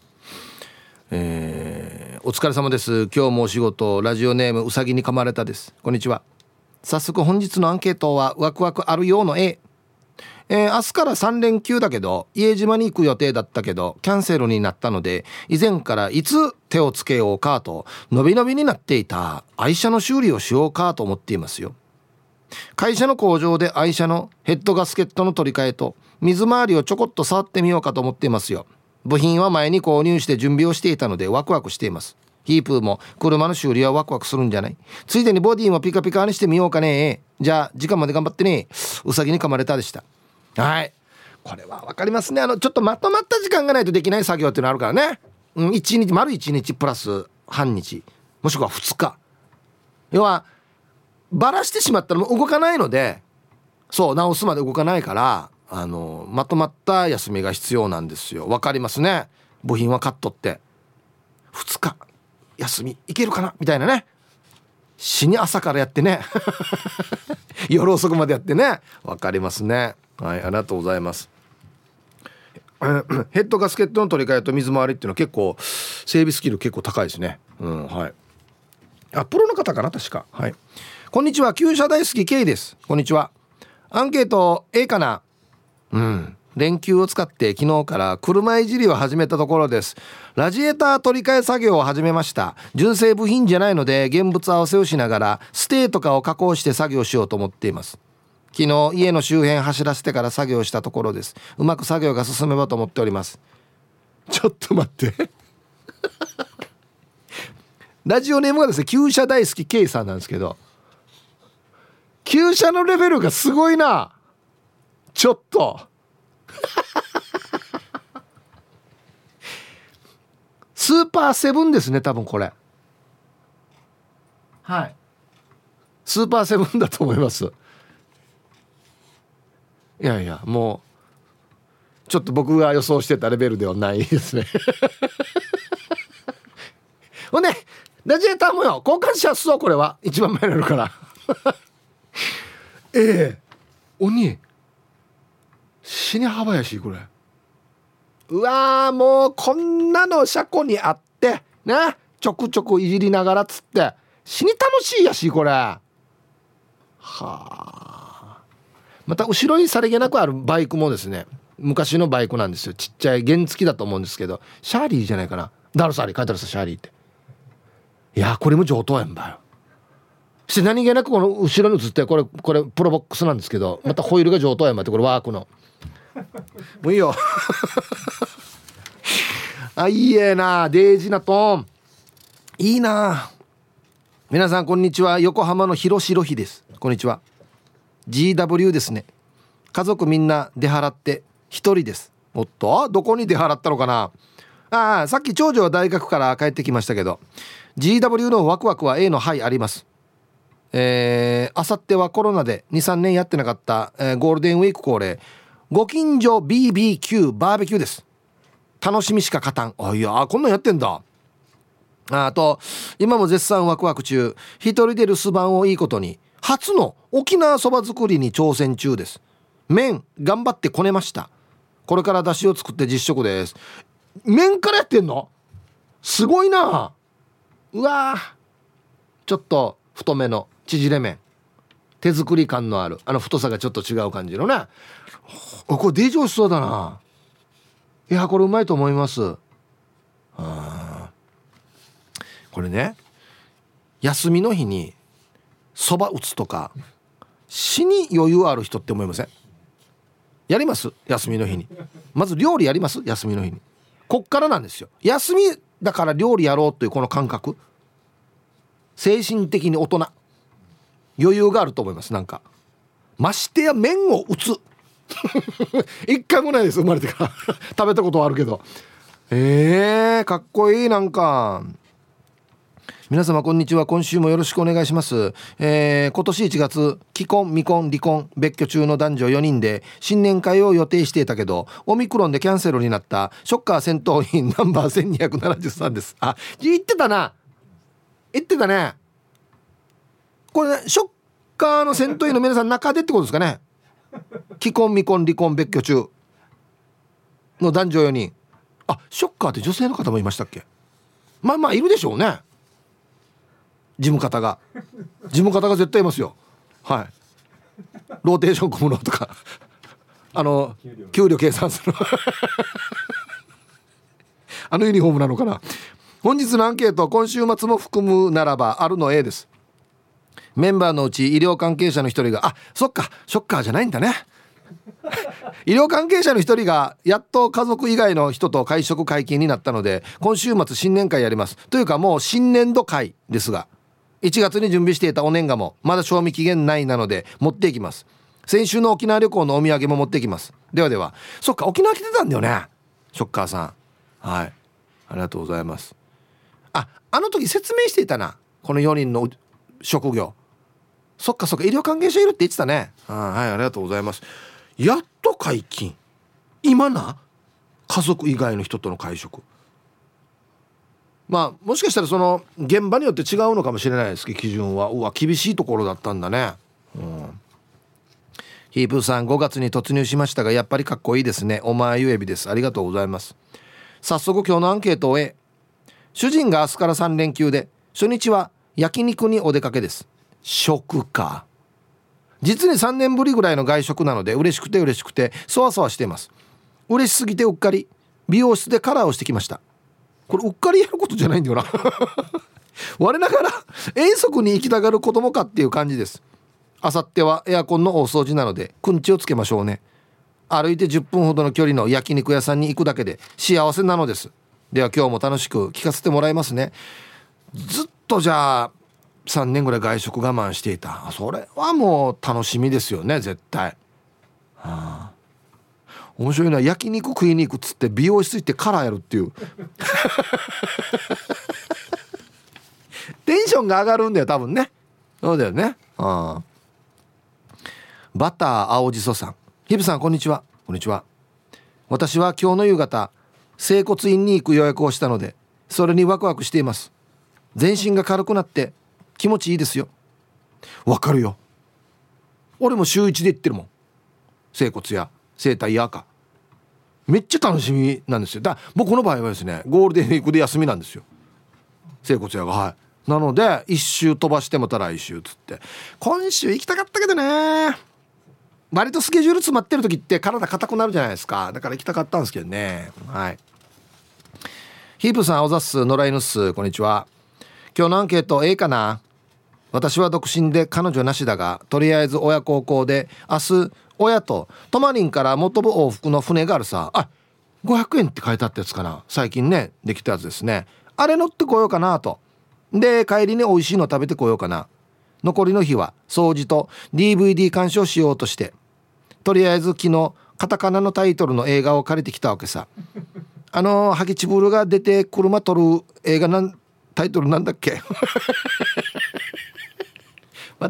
えー、お疲れ様です。今日もお仕事、ラジオネームうさぎに噛まれたです。こんにちは。早速本日のアンケートはワクワクあるようの A、えー、明日からさん連休だけど家島に行く予定だったけどキャンセルになったので、以前からいつ手をつけようかとのびのびになっていた愛車の修理をしようかと思っていますよ。会社の工場で愛車のヘッドガスケットの取り替えと水回りをちょこっと触ってみようかと思っていますよ。部品は前に購入して準備をしていたのでワクワクしています。ヒープーも車の修理はワクワクするんじゃない？ついでにボディもピカピカにしてみようかね。じゃあ時間まで頑張ってね。うさぎに噛まれたでした。はい、これはわかりますね。あのちょっとまとまった時間がないとできない作業っていうのあるからね、うん、いちにち丸いちにちプラス半日もしくはふつか、要はバラしてしまったらもう動かないので、そう直すまで動かないから、あのまとまった休みが必要なんですよ。わかりますね。部品はカットってふつか休みいけるかなみたいなね。死に朝からやってね夜遅くまでやってね。わかりますね。はい、ありがとうございます。ヘッドガスケットの取り替えと水回りっていうのは結構整備スキル結構高いですね。うん、はい。あ、プロの方かな確か。はい。こんにちは、旧車大好き K です。こんにちは。アンケート A かな。うん、連休を使って昨日から車いじりを始めたところです。ラジエーター取り替え作業を始めました。純正部品じゃないので現物合わせをしながらステーとかを加工して作業しようと思っています。昨日家の周辺走らせてから作業したところです。うまく作業が進めばと思っております。ちょっと待ってラジオネームがですね、旧車大好き K さんなんですけど、旧車のレベルがすごいな。ちょっとスーパーセブンですね多分これ。はい、スーパーセブンだと思います。いやいや、もうちょっと僕が予想してたレベルではないですねほんでラジエーターもよ交換しやすそう。これは一番前になるからええ鬼死に幅やしこれ。うわー、もうこんなの車庫にあってね、ちょくちょくいじりながらつって死に楽しいやしこれ。はあ、また後ろにさりげなくあるバイクもですね、昔のバイクなんですよ。ちっちゃい原付だと思うんですけど、シャーリーじゃないかな。ダルサーリー書いてあるさ、シャーリーって。いやこれも上等やんばよ。して何気なくこの後ろに映って、これこれプロボックスなんですけど、またホイールが上等やんばって、これワークのもういいよあ、いいえな、デイジなトーンいいな。皆さんこんにちは、横浜の広白日です。こんにちは。 ジーダブリュー ですね。家族みんな出払って一人です。おっと、どこに出払ったのかな。ああ、さっき長女は大学から帰ってきましたけど、 ジーダブリュー のワクワクは A のはいあります。えー、あさってはコロナで にさんねんやってなかった、えー、ゴールデンウィーク恒例ご近所 ビービーキュー バーベキューです。 楽しみしか勝たん。あ、いや、こんなんやってんだ。あと今も絶賛ワクワク中、一人で留守番をいいことに初の沖縄そば作りに挑戦中です。麺頑張ってこねました。これから出汁を作って実食です。麺からやってんのすごいな。うわー、ちょっと太めの縮れ麺、手作り感のある、あの太さがちょっと違う感じのね。これデージ美味しそうだな。いや、これうまいと思います。あ、これね、休みの日にそば打つとか死に余裕ある人って思いません？やります？休みの日にまず料理やります？休みの日に。こっからなんですよ。休みだから料理やろうというこの感覚、精神的に大人余裕があると思います。なんかましてや麺を打つ一回もないです、生まれてから食べたことはあるけど。えー、かっこいい。なんか皆様こんにちは、今週もよろしくお願いします。えー、今年いちがつ、既婚未婚離婚別居中の男女よにんで新年会を予定していたけどオミクロンでキャンセルになったショッカー戦闘員ナンバーせんにひゃくななじゅうさんです。あ、言ってたな、言ってたね。これね、ショッカーの戦闘員の皆さん中でってことですかね。既婚未婚離婚別居中の男女よにん。あ、ショッカーって女性の方もいましたっけ？まあまあいるでしょうね、事務方が事務方が絶対いますよ。はい、ローテーション組むのとかあの給料計算するあのユニフォームなのかな。本日のアンケート、今週末も含むならばあるの A です。メンバーのうち医療関係者の一人が、あ、そっかショッカーじゃないんだね医療関係者の一人がやっと家族以外の人と会食解禁になったので今週末新年会やります。というかもう新年度会ですが、いちがつに準備していたお年賀もまだ賞味期限内なので持っていきます。先週の沖縄旅行のお土産も持っていきます。ではでは。そっか、沖縄来てたんだよね、ショッカーさん。はい、ありがとうございます。あ、あの時説明していたな、このよにんの職業。そっかそっか、医療関係者いるって言ってたね。あ、はい、ありがとうございます。やっと解禁。今な、家族以外の人との会食。まあもしかしたらその現場によって違うのかもしれないですけど、基準はうわ厳しいところだったんだね。うん、ヒープーさん、ごがつに突入しましたがやっぱりかっこいいですね。お前ゆえびです。ありがとうございます。早速今日のアンケートを終え、主人が明日からさん連休で初日は焼肉にお出かけです。食か。実にさんねんぶりぐらいの外食なので嬉しくて嬉しくてそわそわしています。嬉しすぎてうっかり美容室でカラーをしてきました。これうっかりやることじゃないんだよな我ながら遠足に行きたがる子供かっていう感じです。あさってはエアコンの大掃除なのでくんちをつけましょうね。歩いてじゅっぷんほどの距離の焼肉屋さんに行くだけで幸せなのです。では今日も楽しく聞かせてもらいますね。ずっとじゃあさんねんぐらい外食我慢していた。それはもう楽しみですよね、絶対。はあ、面白いな。焼肉食いに行くっつって美容室行ってカラーやるっていうテンションが上がるんだよ多分ね。そうだよね。はあ、バター青じそさん、ヒブさんこんにちは。こんにちは。私は今日の夕方整骨院に行く予約をしたのでそれにワクワクしています。全身が軽くなって気持ちいいですよ。わかるよ、俺も週一で行ってるもん。整骨や整体やかめっちゃ楽しみなんですよ。だ僕の場合はですね、ゴールデンウィークで休みなんですよ、整骨やが。はい、なので一周飛ばしてまた来週つって、今週行きたかったけどね、割とスケジュール詰まってる時って体硬くなるじゃないですか。だから行きたかったんですけどね。はい、ヒープさん、おざっす、野良犬っす、こんにちは。今日のアンケート A かな。私は独身で彼女なしだがとりあえず親孝行で明日親とトマリンから元部往復の船があるさ。あ、ごひゃくえんって書いてあったやつかな、最近ねできたやつですね。あれ乗ってこようかなと。で帰りに美味しいの食べてこようかな。残りの日は掃除と ディーブイディー 鑑賞しようとしてとりあえず昨日カタカナのタイトルの映画を借りてきたわけさ。あのハゲチブルが出て車撮る映画なん、タイトルなんだっけ待って、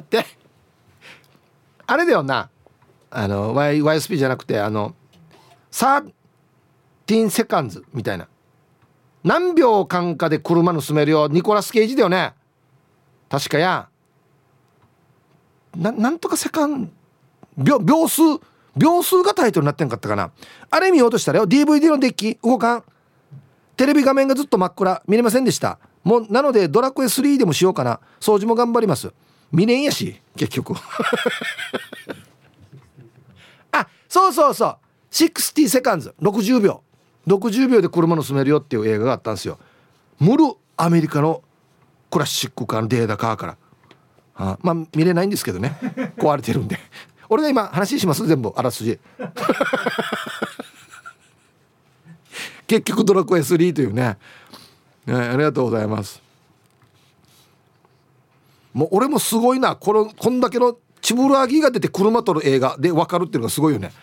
あれだよな、あの y、ワイエスピー じゃなくてあのさティーンセカンズみたいな、何秒間かで車盗めるよ、ニコラス・ケイジだよね確かや。な, なんとかセカン秒秒数秒数がタイトルになってんかったかな。あれ見ようとしたらよ ディーブイディー のデッキ動かん、テレビ画面がずっと真っ暗、見れませんでした。もうなのでドラクエスリーでもしようかな、掃除も頑張ります。見れんやし結局あ、そうそうそう、ろくじゅうセカンズ、ろくじゅうびょうろくじゅうびょうで車盗めるよっていう映画があったんですよ。ムルアメリカのクラシックカーのデータカーから、はあ、まあ見れないんですけどね壊れてるんで俺が今話します全部あらすじ結局ドラクエスリーというね、ね、ありがとうございます。もう俺もすごいな、このこんだけのチブラギが出て車撮る映画で分かるっていうのがすごいよね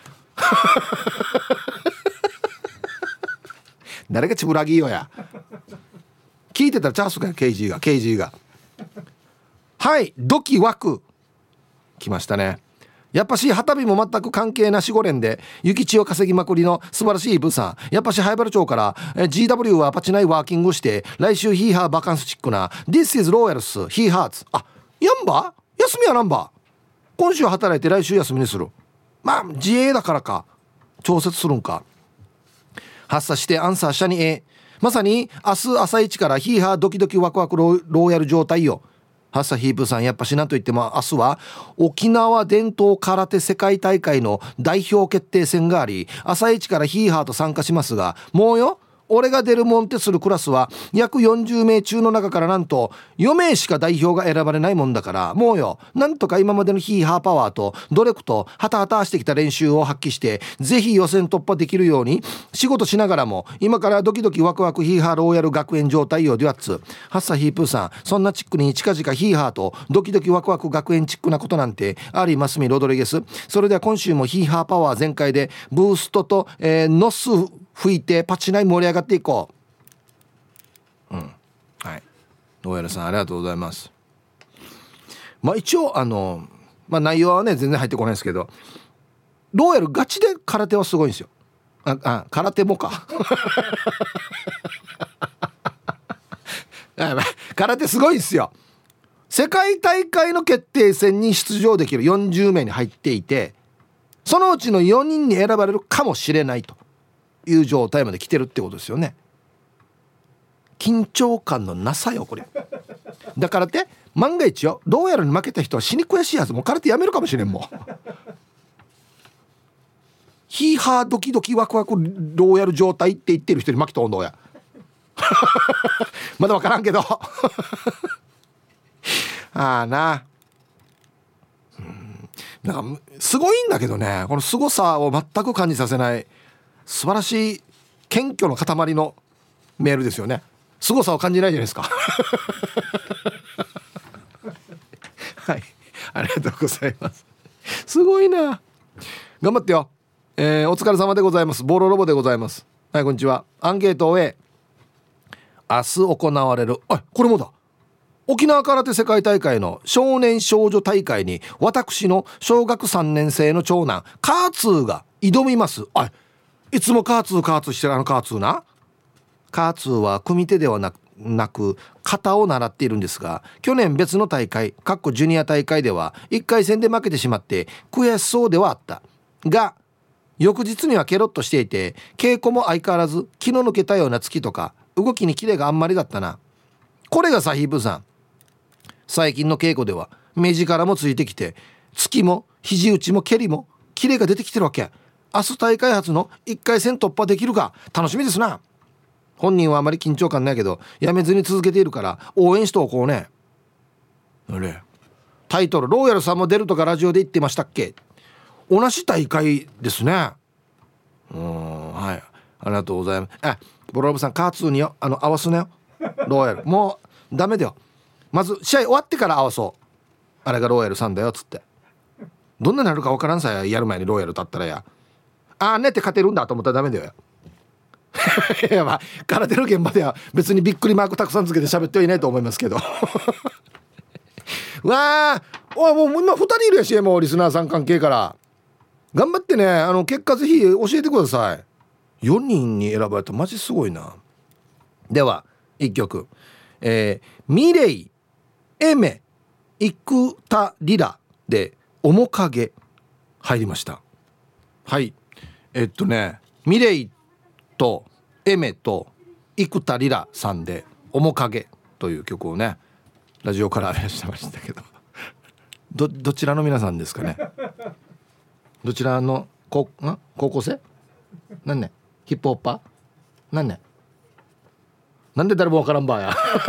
誰がチブラギよや、聞いてたらチャンスかよ、ケイジーがケイジーがはい、ドキワク来ましたね。やっぱし旗日も全く関係なしご連で諭吉を稼ぎまくりの素晴らしいブーさん、やっぱし灰原町からえ ジーダブリュー はパチナイワーキングして来週ヒーハーバカンスチックな This is Royals ヒーハーツ、あ、やんば休みはなんば、今週働いて来週休みにする、まあ自営だからか調節するんか。発作してアンサーしたにえ、まさに明日朝一からヒーハードキドキワクワクローヤル状態よ。ハッサヒープさん、やっぱしなんといっても明日は沖縄伝統空手世界大会の代表決定戦があり、朝一からヒーハーと参加しますが、もうよ、俺が出るもんってするクラスは約よんじゅうめい中の中からなんとよめいしか代表が選ばれないもんだから、もうよ、なんとか今までのヒーハーパワーと努力とハタハタしてきた練習を発揮してぜひ予選突破できるように仕事しながらも今からドキドキワクワクヒーハーローヤル学園状態よデュアッツ。ハッサヒープーさん、そんなチックに近々ヒーハーとドキドキワクワク学園チックなことなんてありますみロドリゲス。それでは今週もヒーハーパワー全開でブーストと、えー、ノス吹いてパチナイ盛り上がっていこう。うん、はい、ローヤルさんありがとうございます。まあ一応あのまあ内容はね全然入ってこないですけど、ローヤルガチで空手はすごいんですよ。ああ、空手もか空手すごいんですよ。世界大会の決定戦に出場できるよんじゅうめいに入っていて、そのうちのよにんに選ばれるかもしれないという状態まで来てるってことですよね。緊張感のなさよこれ。だからって万が一よ、ローヤルに負けた人は死に悔しいはず、もう空手やめるかもしれんもんヒーハードキドキワクワクローヤル状態って言ってる人に負けた温度やまだ分からんけどああな、うん、なんかすごいんだけどね、このすごさを全く感じさせない素晴らしい謙虚の塊のメールですよね。凄さを感じないじゃないですかはい、ありがとうございます。すごいな、頑張ってよ、えー、お疲れ様でございます。ボロロボでございます。はい、こんにちは。アンケートを A、 明日行われる、あ、これもだ、沖縄空手世界大会の少年少女大会に私の小学さんねん生の長男カーツーが挑みます。あ、いつもカーツーカーツーしてるあのカーツーな。カーツーは組手ではなくなく型を習っているんですが、去年別の大会かっこジュニア大会ではいっかい戦で負けてしまって悔しそうではあったが、翌日にはケロッとしていて稽古も相変わらず気の抜けたような突きとか動きにキレがあんまりだったな。これがサヒーブさん、最近の稽古では目力もついてきて突きも肘打ちも蹴りもキレが出てきてるわけ。明日大会初のいっかい戦突破できるか楽しみですな。本人はあまり緊張感ないけどやめずに続けているから応援しておこうね。あれ、タイトルローヤルさんも出るとかラジオで言ってましたっけ。同じ大会ですね。うーん、はい、ありがとうございます。あ、ボロロブさんカーツーによ、あの合わすなよローヤルもうダメだよ。まず試合終わってから合わそう。あれがローヤルさんだよっつって、どんなになるか分からんさや、やる前にローヤル立ったらや、あーねって勝てるんだと思ったらダメだよいや、まあ空手の現場では別にびっくりマークたくさんつけて喋ってはいないと思いますけどうわー、おい、もう今ふたりいるやし、もうリスナーさん関係から頑張ってね、あの結果ぜひ教えてください。 よにんに選ばれたマジすごいな。ではいっきょく、えー、ミレイ、エメ、イクタリラで面影入りました。はい、えっとねミレイとエメと生田リラさんで面影という曲をねラジオから流してましたけどど, どちらの皆さんですかね。どちらのこん高校生なんねヒップホッパーなんねなんで誰もわからんばや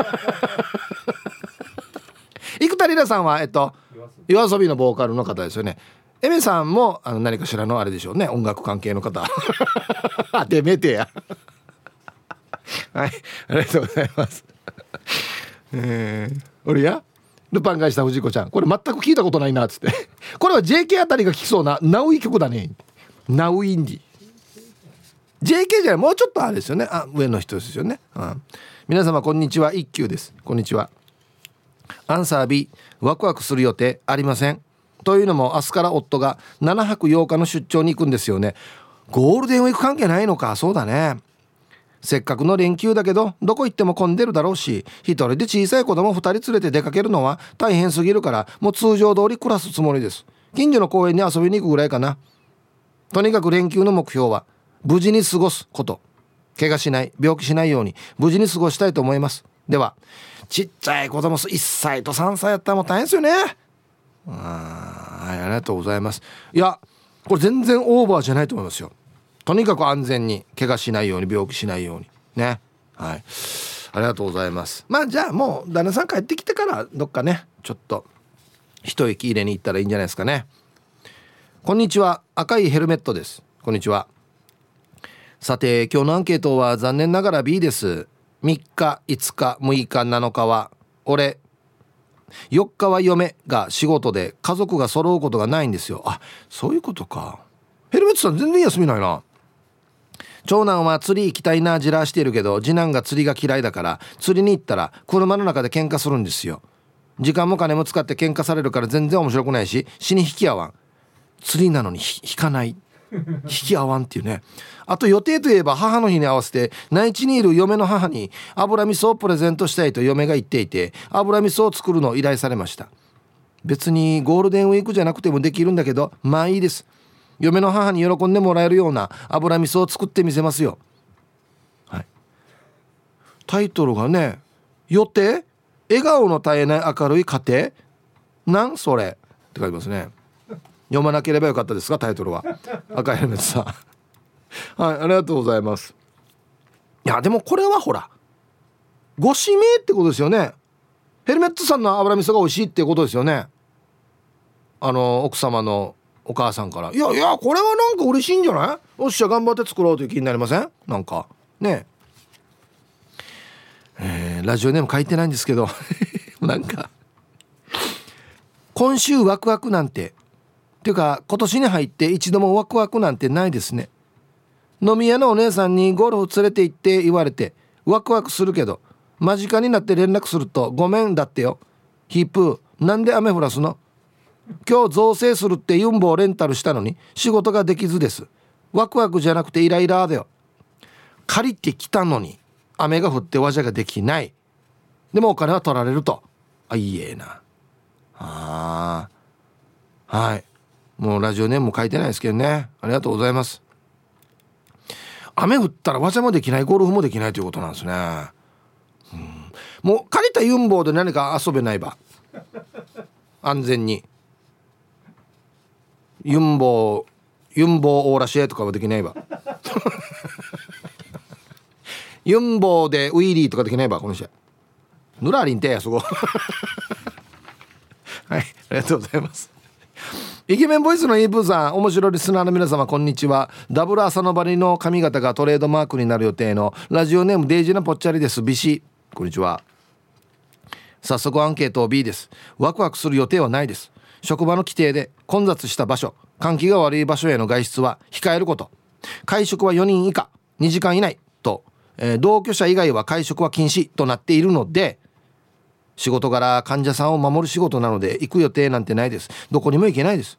生田リラさんはえっと夜遊びのボーカルの方ですよね。エメさんもあの何かしらのあれでしょうね、音楽関係の方あてめてやはい、ありがとうございますえー、俺やルパン返した藤子ちゃん、これ全く聞いたことないなっつってこれは ジェーケー あたりが聴きそうなナウイ曲だね。ナウインディ ジェーケー じゃない、もうちょっとあれですよね、あ上の人ですよね、うん、皆様こんにちは、一休です。こんにちは。アンサー B、 ワクワクする予定ありません。というのも明日から夫がななはくようかの出張に行くんですよね。ゴールデンウィーク関係ないのか。そうだね、せっかくの連休だけどどこ行っても混んでるだろうし、一人で小さい子供ふたり連れて出かけるのは大変すぎるから、もう通常通り暮らすつもりです。近所の公園に遊びに行くぐらいかな。とにかく連休の目標は無事に過ごすこと、怪我しない、病気しないように無事に過ごしたいと思います。では、ちっちゃい子供いっさいとさんさいやったらもう大変ですよね。あ、はい、ありがとうございます。いやこれ全然オーバーじゃないと思いますよ。とにかく安全に、怪我しないように、病気しないようにね。はい、ありがとうございます。まあじゃあもう旦那さん帰ってきてからどっかねちょっと一息入れに行ったらいいんじゃないですかね。こんにちは、赤いヘルメットです。こんにちは。さて今日のアンケートは残念ながら B です。みっか、いつか、むいか、なのかは俺、よっかは嫁が仕事で家族が揃うことがないんですよ。あ、そういうことか。ヘルメットさん全然休みないな。長男は釣り行きたいなじらしているけど、次男が釣りが嫌いだから釣りに行ったら車の中で喧嘩するんですよ。時間も金も使って喧嘩されるから全然面白くないし、死に引き合わん。釣りなのに引かない、引き合わんっていうね。あと予定といえば母の日に合わせて内地にいる嫁の母に油味噌をプレゼントしたいと嫁が言っていて、油味噌を作るのを依頼されました。別にゴールデンウィークじゃなくてもできるんだけど、まあいいです。嫁の母に喜んでもらえるような油味噌を作ってみせますよ。はい、タイトルがね、予定、笑顔の絶えない明るい家庭、なんそれって書いてますね。読まなければよかったですがタイトルは。赤いヘルメットさんはい、ありがとうございます。いやでもこれはほらご指名ってことですよね。ヘルメットさんの油味噌が美味しいってことですよね。あの奥様のお母さんから、いやいやこれはなんか嬉しいんじゃない、よっしゃ頑張って作ろうという気になりません？なんかねえ、えー、ラジオネーム書いてないんですけどなんか今週ワクワクなんてっていうか今年に入って一度もワクワクなんてないですね。飲み屋のお姉さんにゴルフ連れて行って言われてワクワクするけど、間近になって連絡するとごめんだってよ、ヒープーなんで雨降らすの、今日造成するってユンボをレンタルしたのに仕事ができずです。ワクワクじゃなくてイライラだよ。借りてきたのに雨が降ってわじゃができない。でもお金は取られると。あ、いいえな。ああ、はい、もうラジオネームも書いてないですけどね、ありがとうございます。雨降ったらわじゃもできない、ゴルフもできないということなんですね。うん、もう借りたユンボで何か遊べないば安全にユンボユンボオーラシェとかはできないばユンボでウィーリーとかできないばこの人ヌラリンてやそこはい、ありがとうございます。イケメンボイスのイープーさん、面白いリスナーの皆様こんにちは。ダブル朝のバリの髪型がトレードマークになる予定のラジオネームデイジーなぽっちゃりです。ビシ、こんにちは。早速アンケート B です。ワクワクする予定はないです。職場の規定で混雑した場所、換気が悪い場所への外出は控えること、会食はよにん以下にじかん以内と、えー、同居者以外は会食は禁止となっているので、仕事柄患者さんを守る仕事なので行く予定なんてないです。どこにも行けないです。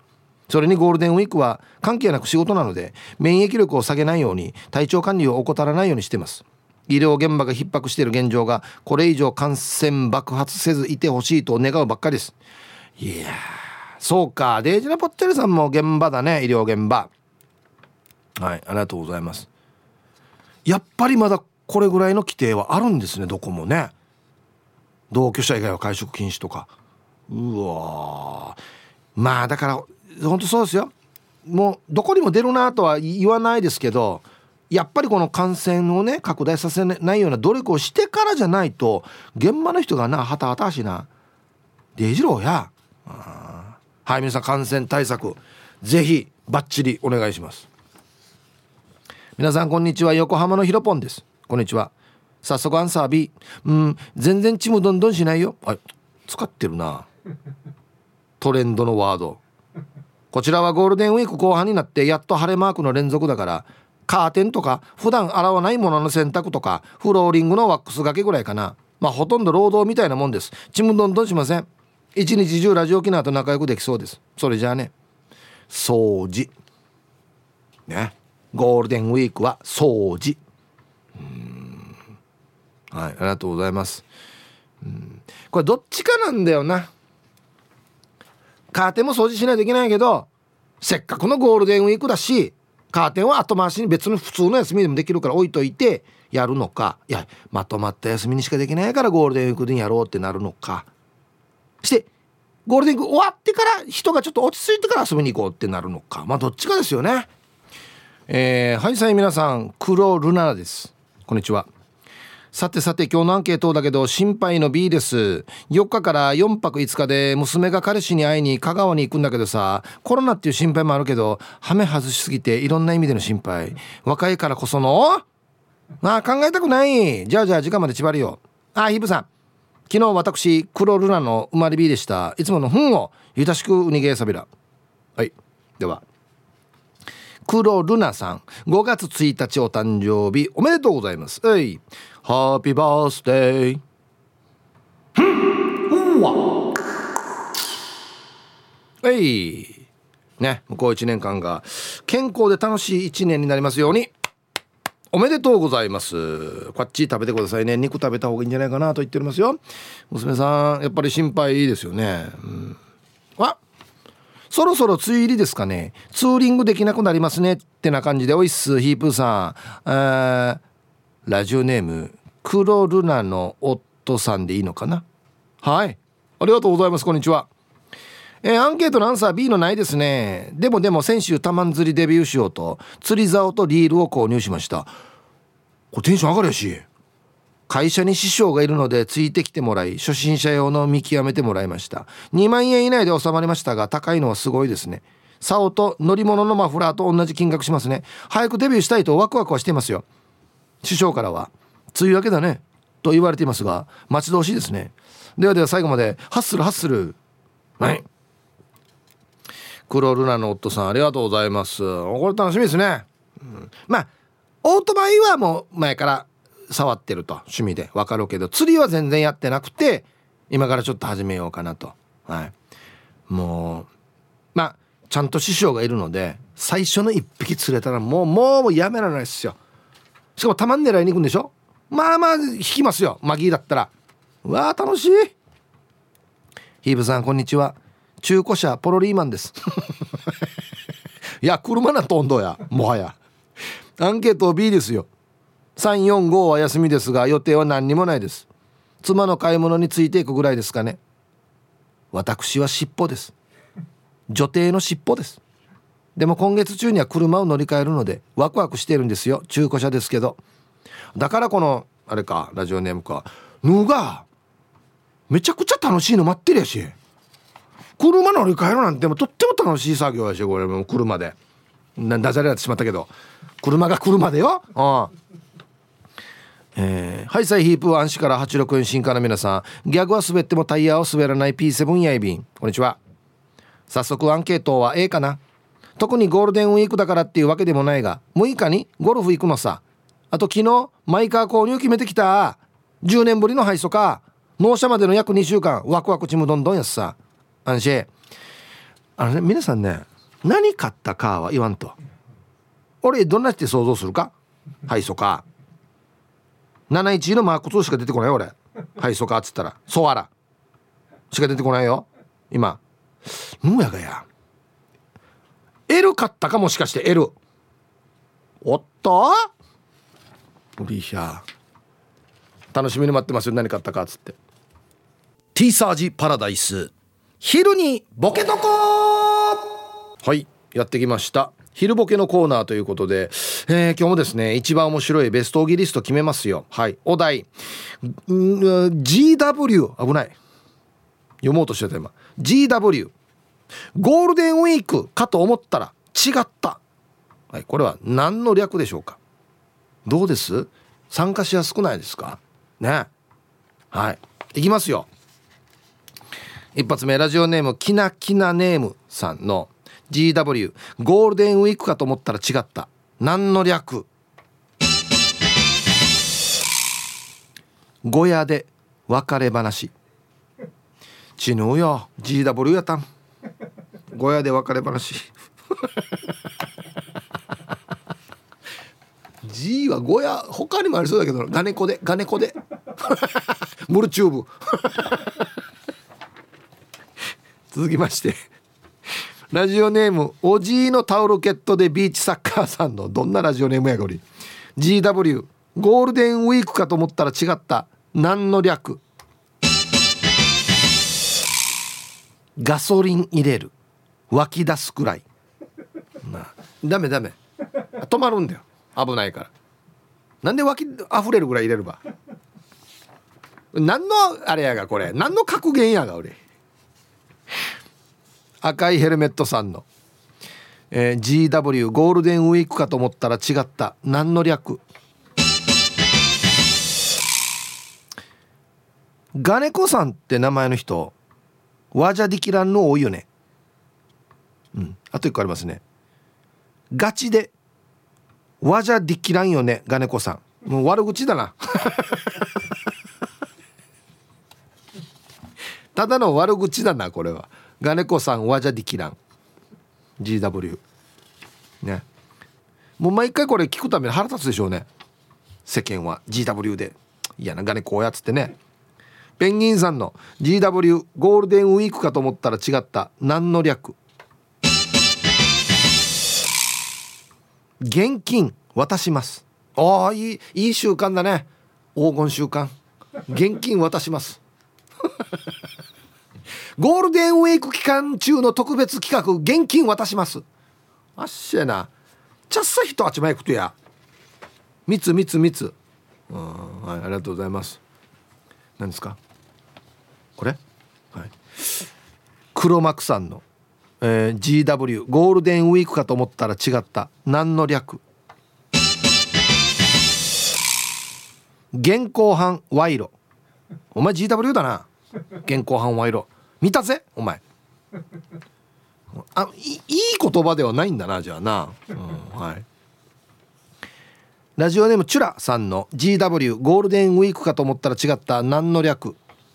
それにゴールデンウィークは関係なく仕事なので、免疫力を下げないように体調管理を怠らないようにしています。医療現場が逼迫している現状がこれ以上感染爆発せずいてほしいと願うばっかりです。いやー、そうか、デイジナポッテルさんも現場だね、医療現場。はい、ありがとうございます。やっぱりまだこれぐらいの規定はあるんですね、どこもね。同居者以外は会食禁止とか。うわー、まあだから本当そうですよ。もうどこにも出るなとは言わないですけど、やっぱりこの感染をね拡大させないような努力をしてからじゃないと、現場の人がなはたはたしなデイジローや。あ、はい、皆さん感染対策ぜひバッチリお願いします。皆さんこんにちは、横浜のひろぽんです。こんにちは。早速アンサー B。 うん全然ちむどんどんしないよ。あ、使ってるなトレンドのワード。こちらはゴールデンウィーク後半になってやっと晴れマークの連続だから、カーテンとか普段洗わないものの洗濯とかフローリングのワックスがけぐらいかな。まあほとんど労働みたいなもんです。ちむどんどんしません。一日中ラジオ沖縄と仲良くできそうです。それじゃあね、掃除ね、ゴールデンウィークは掃除。うーん、はい、ありがとうございます。うん、これどっちかなんだよな。カーテンも掃除しないといけないけど、せっかくのゴールデンウィークだしカーテンは後回しに別の普通の休みでもできるから置いといてやるのか、いやまとまった休みにしかできないからゴールデンウィークでやろうってなるのかしてゴールデンウィーク終わってから人がちょっと落ち着いてから遊びに行こうってなるのか、まあどっちかですよね。えー、はいさい皆さん、黒ルナです。こんにちは。さてさて今日のアンケートだけど心配の B です。よっかからよんぱくいつかで娘が彼氏に会いに香川に行くんだけどさ、コロナっていう心配もあるけどハメ外しすぎていろんな意味での心配。若いからこそのまあ考えたくない。じゃあじゃあ時間まで縛りよ。あ、ヒブさん、昨日私黒ルナの生まれ B でした。いつものふんをゆたしくうにげーさびら。はい、では黒ルナさん、ごがつついたちお誕生日おめでとうございます。はい、ハッピーバースデー。ふんうわはいね、向こういちねんかんが健康で楽しいいちねんになりますように。おめでとうございます。こっち食べてくださいね。肉食べた方がいいんじゃないかなと言っておりますよ。娘さんやっぱり心配ですよね。うん、あ、そろそろ梅雨入りですかね。ツーリングできなくなりますねってな感じで、おいっすヒープーさん、あ、ラジオネーム黒ルナの夫さんでいいのかな。はい、ありがとうございます。こんにちは。えー、アンケートのアンサー B のないですね。でもでも先週タマン釣りデビューしようと釣り竿とリールを購入しました。これテンション上がるやし。会社に師匠がいるのでついてきてもらい初心者用の見極めてもらいました。にまんえん以内で収まりましたが高いのはすごいですね。竿と乗り物のマフラーと同じ金額しますね。早くデビューしたいとワクワクはしていますよ。師匠からは梅雨明けだねと言われていますが待ち遠しいですね。ではでは最後までハッスルハッスル。はい、黒ルナの夫さんありがとうございます。これ楽しみですね。うん、まあオートバイはもう前から触ってると趣味でわかるけど釣りは全然やってなくて今からちょっと始めようかなと。はい、もうまあちゃんと師匠がいるので最初の一匹釣れたらもうもうやめられないですよ。しかもたまん狙いに行くんでしょ。まあまあ引きますよマギーだったら。うわー楽しい。ヒーブさんこんにちは。中古車ポロリーマンですいや車なとんどやもはや。アンケート B ですよ。さんよんごは休みですが予定は何にもないです。妻の買い物についていくぐらいですかね。私は尻尾です。女帝の尻尾です。でも今月中には車を乗り換えるのでワクワクしてるんですよ。中古車ですけど。だからこのあれかラジオネームかのがめちゃくちゃ楽しいの待ってるやし、車乗り換えるなんてもとっても楽しい作業やし、これもう車でなダジャレやってしまったけど車が車でよ。ああ、えー、ハイサイヒープワンシからはちろくよん新化の皆さん、ギャグは滑ってもタイヤを滑らない ピーセブン やいびんこんにちは。早速アンケートは A かな。特にゴールデンウィークだからっていうわけでもないがむいかにゴルフ行くのさ。あと昨日マイカー購入決めてきた。じゅうねんぶりの配送か。納車までの約にしゅうかんワクワクちむどんどんやつさ。安心。あのね皆さんね、 何買ったかは言わんと。俺どんなって想像するか。はいそかなないちのマークツーしか出てこないよ俺。はいそかっつったらソアラしか出てこないよ今。ぬやがや L 買ったか。もしかして L。 おっとうりひゃ楽しみに待ってますよ。何買ったかっつって。 T サージパラダイス昼にボケとこ。はいやってきました昼ボケのコーナーということで、えー、今日もですね一番面白いベストオギリスト決めますよ。はいお題 ジーダブリュー 危ない読もうとしてた今 ジーダブリュー ゴールデンウィークかと思ったら違った、はい、これは何の略でしょうか。どうです？参加しやすくないですかね。はいいきますよ。一発目ラジオネームきなきなネームさんの ジーダブリュー ゴールデンウィークかと思ったら違った。何の略？小屋で別れ話。ちぬうよ ジーダブリュー やったん。小屋で別れ話G は小屋他にもありそうだけどガネコでガネコでムルチューブ続きましてラジオネームおじいのタオルケットでビーチサッカーさんのどんなラジオネームやこれ。 ジーダブリュー ゴールデンウィークかと思ったら違った。何の略？ガソリン入れる湧き出すくらい。まあ、ダメダメ止まるんだよ危ないから。なんで湧き溢れるぐらい入れれば。何のあれやがこれ何の格言やが俺。赤いヘルメットさんの、えー、ジーダブリュー ゴールデンウィークかと思ったら違った。何の略？ガネコさんって名前の人ワジャディキランの多いよね。うんあと一個ありますね。ガチでワジャディキランよねガネコさん。もう悪口だなただの悪口だなこれは。ガネコさんワジャディキラン ジーダブリュー ね。もう毎回これ聞くために腹立つでしょうね世間は。 ジーダブリュー でいやなガネコやつってね。ペンギンさんの ジーダブリュー ゴールデンウィークかと思ったら違った。何の略？現金渡します。ああいいいい習慣だね。黄金習慣。現金渡しますゴールデンウィーク期間中の特別企画現金渡します。あっしゃなちゃっさ人あちまいくとやみつみつみつ。はい、ありがとうございます。何ですかこれ。はい、黒幕さんの、えー、ジーダブリュー ゴールデンウィークかと思ったら違った。何の略？現行犯賄賂。お前 ジーダブリュー だな。現行犯賄賂見たぜお前。あ い, いい言葉ではないんだなじゃあな、うんはい、ラジオネームチュラさんの ジーダブリュー ゴールデンウィークかと思ったら違った。何の略？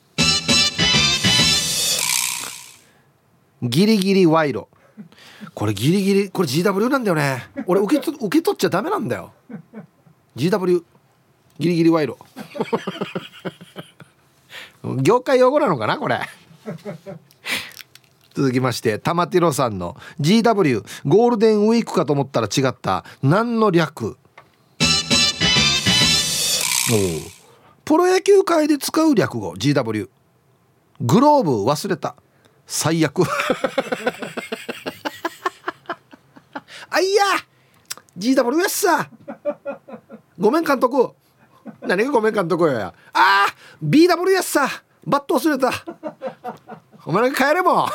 ギリギリ賄賂。これギリギリこれ ジーダブリュー なんだよね。俺受け, 受け取っちゃダメなんだよ ジーダブリュー ギリギリ賄賂業界用語なのかなこれ続きまして玉ティロさんの ジーダブリュー ゴールデンウィークかと思ったら違った。何の略？プロ野球界で使う略語 ジーダブリュー グローブ忘れた最悪あいや ジーダブリュー やっさごめん監督。何がごめん監督や。あー ビーダブリュー やっさバット忘れたお前なんか帰れも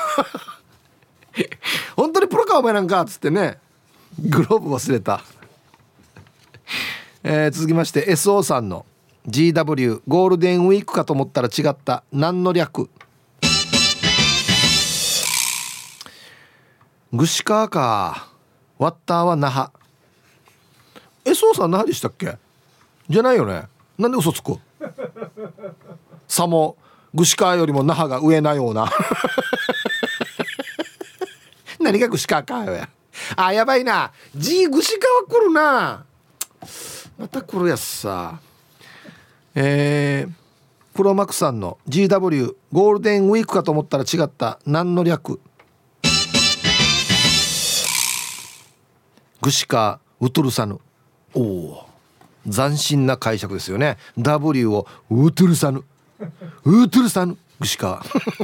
本当にプロかお前なんかつってね。グローブ忘れた、えー、続きまして エスオー さんの ジーダブリュー ゴールデンウィークかと思ったら違った。何の略？串川かワッターは那覇。 エスオー さん那覇でしたっけ？じゃないよね。なんで嘘つく？さも串川よりも那覇が上なような何が串川かよや。あ、やばいな。G 串川来るな。また来るやつさ。えー、黒幕さんの ジーダブリュー ゴールデンウィークかと思ったら違った。何の略？串川ウトゥルサヌ。おお、斬新な解釈ですよね。 W をウトゥルサヌ、ウトゥルサヌ串川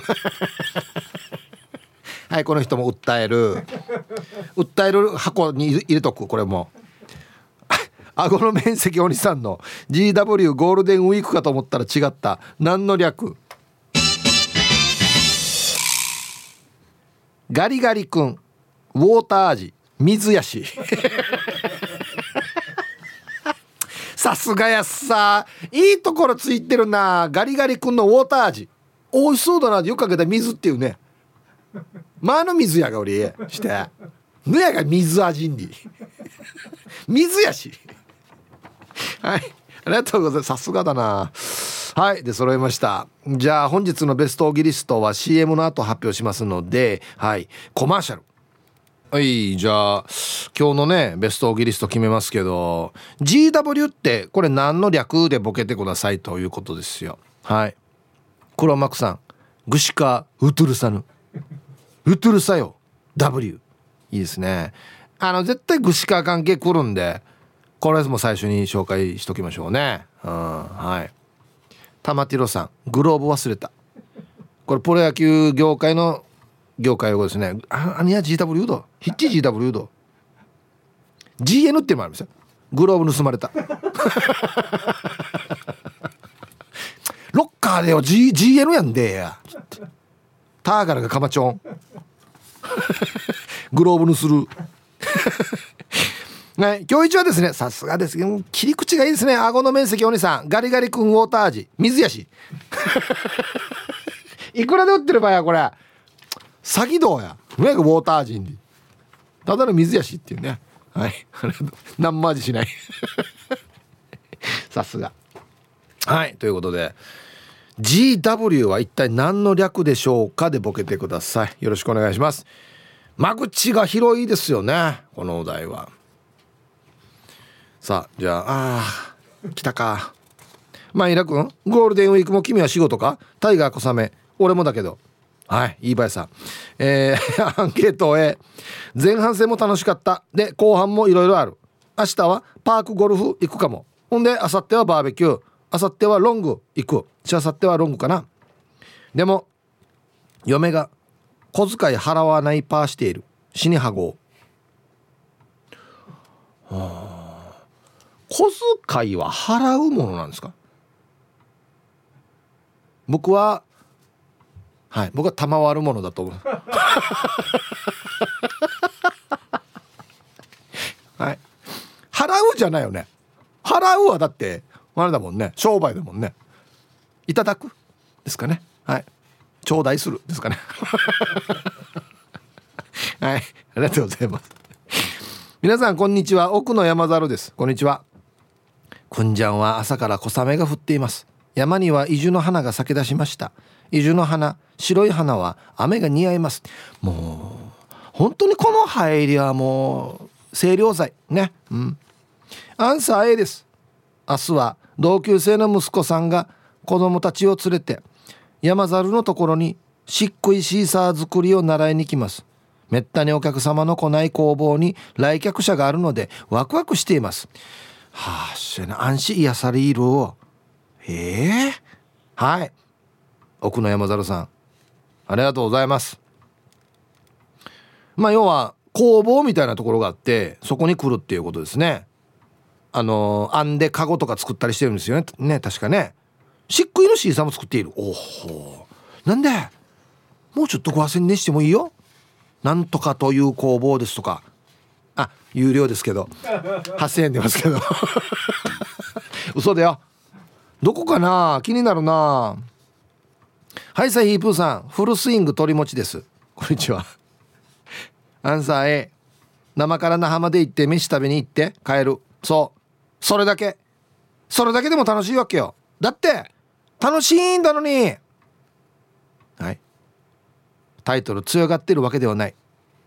はい、この人も訴える訴える箱に入れとく。これも顎の面積お兄さんの ジーダブリュー ゴールデンウィークかと思ったら違った。何の略？ガリガリ君ウォーター味水やしさすがやっさ、いいところついてるな。ガリガリ君のウォーター味美味しそうだな。よくかけた水っていうね。まあの水やが俺してぬやが水味に水やしはい、ありがとうございます。さすがだな。はい、で揃いました。じゃあ本日のベストオギリストは シーエム の後発表しますので、はい、コマーシャル。はい、じゃあ今日のねベストオギリスト決めますけど、 ジーダブリュー ってこれ何の略でボケてくださいということですよ。はい、黒幕さん、グシカウトゥルサヌ、ウトゥルサよ W。 いいですね。あの絶対グシカ関係来るんで、これも最初に紹介しときましょうね。うん、はい。玉ティロさん、グローブ忘れた。これプロ野球業界の業界用語ですね。あ、あには ジーダブリュー だ。ヒッチ ジーダブリュー だ。ジーエヌ っていうのもあるんですよ。グローブ盗まれた。ロッカーでよ G、ジーエヌ やんでや。ターガラがカマチョン。グローブ盗る。ね、今日一はですね、さすがですけど切り口がいいですね。顎の面積お兄さん、ガリガリ君ウォーター味水やし。いくらで売ってる場合やこれ詐欺道や。上がウォーター味にただの水やしっていうね。はい、何も味しない。さすが。はい、ということで ジーダブリュー は一体何の略でしょうかでボケてください。よろしくお願いします。間口が広いですよね、このお題は。さあ、じゃあ、あー来たか。まあイラ君、ゴールデンウィークも君は仕事か？タイガー小雨、俺もだけど。はい、いいばやさん、えー、アンケートへ。前半戦も楽しかった。で後半もいろいろある。明日はパークゴルフ行くかも。ほんで明後日はバーベキュー、明後日はロング行く。しあさってはロングかな。でも嫁が小遣い払わないパーしている。死にはごう。はあ、小遣いは払うものなんですか？僕ははい、僕は賜るものだと思う。はい、払うじゃないよね。払うはだってあれだもんね、商売だもんね。いただくですかね。はい、頂戴するですかね。はい、ありがとうございます。皆さんこんにちは、奥の山猿です。こんにちは。くんじゃんは朝から小雨が降っています。山には移住の花が咲き出しました。移住の花、白い花は雨が似合います。もう本当にこの入りはもう清涼剤ね。うん。アンサー A です。明日は同級生の息子さんが子供たちを連れて山猿のところにしっくいシーサー作りを習いに来ます。めったにお客様の来ない工房に来客者があるのでワクワクしています。はあ、しな安心癒される。へえ、はい、奥の山猿さんありがとうございます。まあ要は工房みたいなところがあってそこに来るっていうことですね。あのー、編んでカゴとか作ったりしてるんですよね。ね、確かね。漆喰のシーサーも作っている。おほ、なんでもうちょっとごせんねしてもいいよ。なんとかという工房ですとか、あ、有料ですけどはっせんえん出ますけど嘘だよ。どこかな、気になるな。はい、さヒープーさん、フルスイング鳥持ちです。こんにちは。アンサー A、 生から那覇まで行って飯食べに行って帰る。そう、それだけ。それだけでも楽しいわけよ。だって楽しいんだのに。はい、タイトル強がってるわけではない。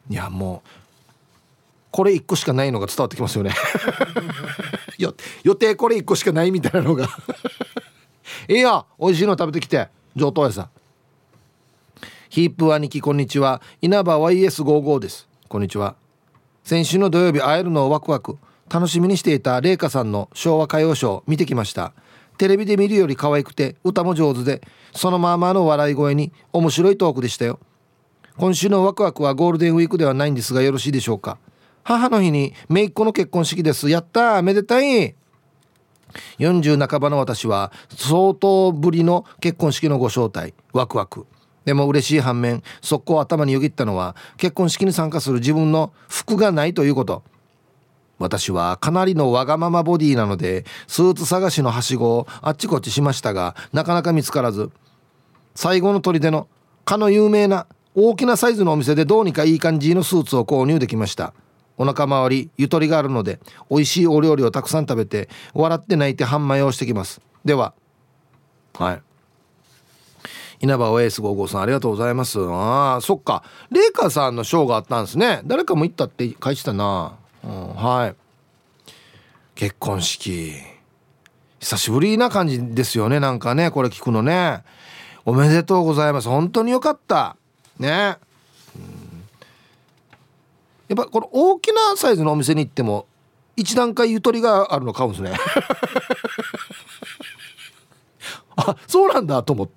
いやもうこれいっこしかないのが伝わってきますよねよ予定これいっこしかないみたいなのがいいよ、美味しいの食べてきて上等やさ。ヒープ兄貴こんにちは、稲葉 ワイエスごじゅうご です。こんにちは。先週の土曜日会えるのをワクワク楽しみにしていた麗華さんの昭和歌謡ショー見てきました。テレビで見るより可愛くて歌も上手でそのままの笑い声に面白いトークでしたよ。今週のワクワクはゴールデンウィークではないんですがよろしいでしょうか。母の日に姪っ子の結婚式です。やったー、めでたい。よんじゅう半ばの私は相当ぶりの結婚式のご招待、ワクワクでも嬉しい反面速攻頭によぎったのは結婚式に参加する自分の服がないということ。私はかなりのわがままボディなのでスーツ探しのはしごをあっちこっちしましたがなかなか見つからず、最後の砦のかの有名な大きなサイズのお店でどうにかいい感じのスーツを購入できました。お腹周りゆとりがあるので美味しいお料理をたくさん食べて笑って泣いて半前をしてきます。では、はい、稲葉 オーエスごじゅうご さんありがとうございます。あーそっか、レイカさんのショーがあったんですね。誰かも行ったって書いてたな、うん、はい。結婚式久しぶりな感じですよね。なんかねこれ聞くのね。おめでとうございます。本当によかったね。やっぱこの大きなサイズのお店に行っても一段階ゆとりがあるの買うんですねあ、そうなんだと思って、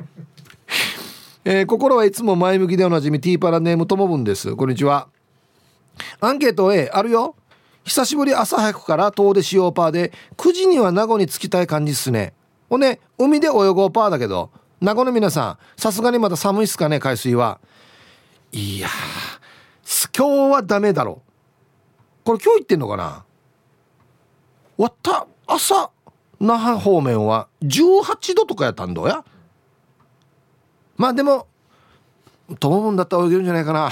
えー、心はいつも前向きでおなじみティーパラネームともぶんです。こんにちは。アンケート A あるよ。久しぶり朝早くから遠出しようパーでくじには名護に着きたい感じっすね。おね、海で泳ごうパーだけど名護の皆さんさすがにまだ寒いっすかね。海水は。いや今日はダメだろ。これ今日言ってんのかな。わった朝那覇方面はじゅうはちどとかやったんだや。まあでもともぶんだったら泳げるんじゃないかな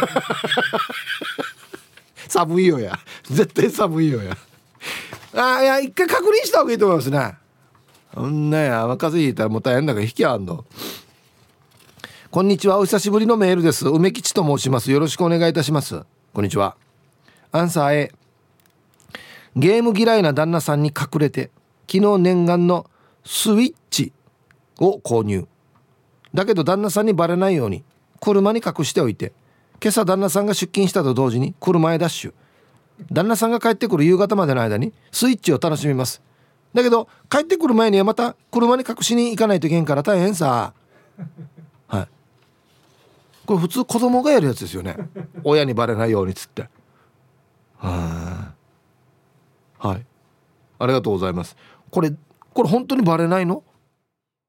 寒いよや、絶対寒いよや。あ、いや一回確認した方がいいと思いますね。そんなや風邪ひいたらもう大変だから引きあんの。こんにちは、お久しぶりのメールです。梅吉と申します。よろしくお願いいたします。こんにちは。アンサー A、 ゲーム嫌いな旦那さんに隠れて昨日念願のスイッチを購入。だけど旦那さんにバレないように車に隠しておいて、今朝旦那さんが出勤したと同時に車へダッシュ。旦那さんが帰ってくる夕方までの間にスイッチを楽しみます。だけど帰ってくる前にはまた車に隠しに行かないといけんから大変さ。はい、これ普通子供がやるやつですよね。親にバレないようにつって。ははい、ありがとうございます。これこれ本当にバレないの？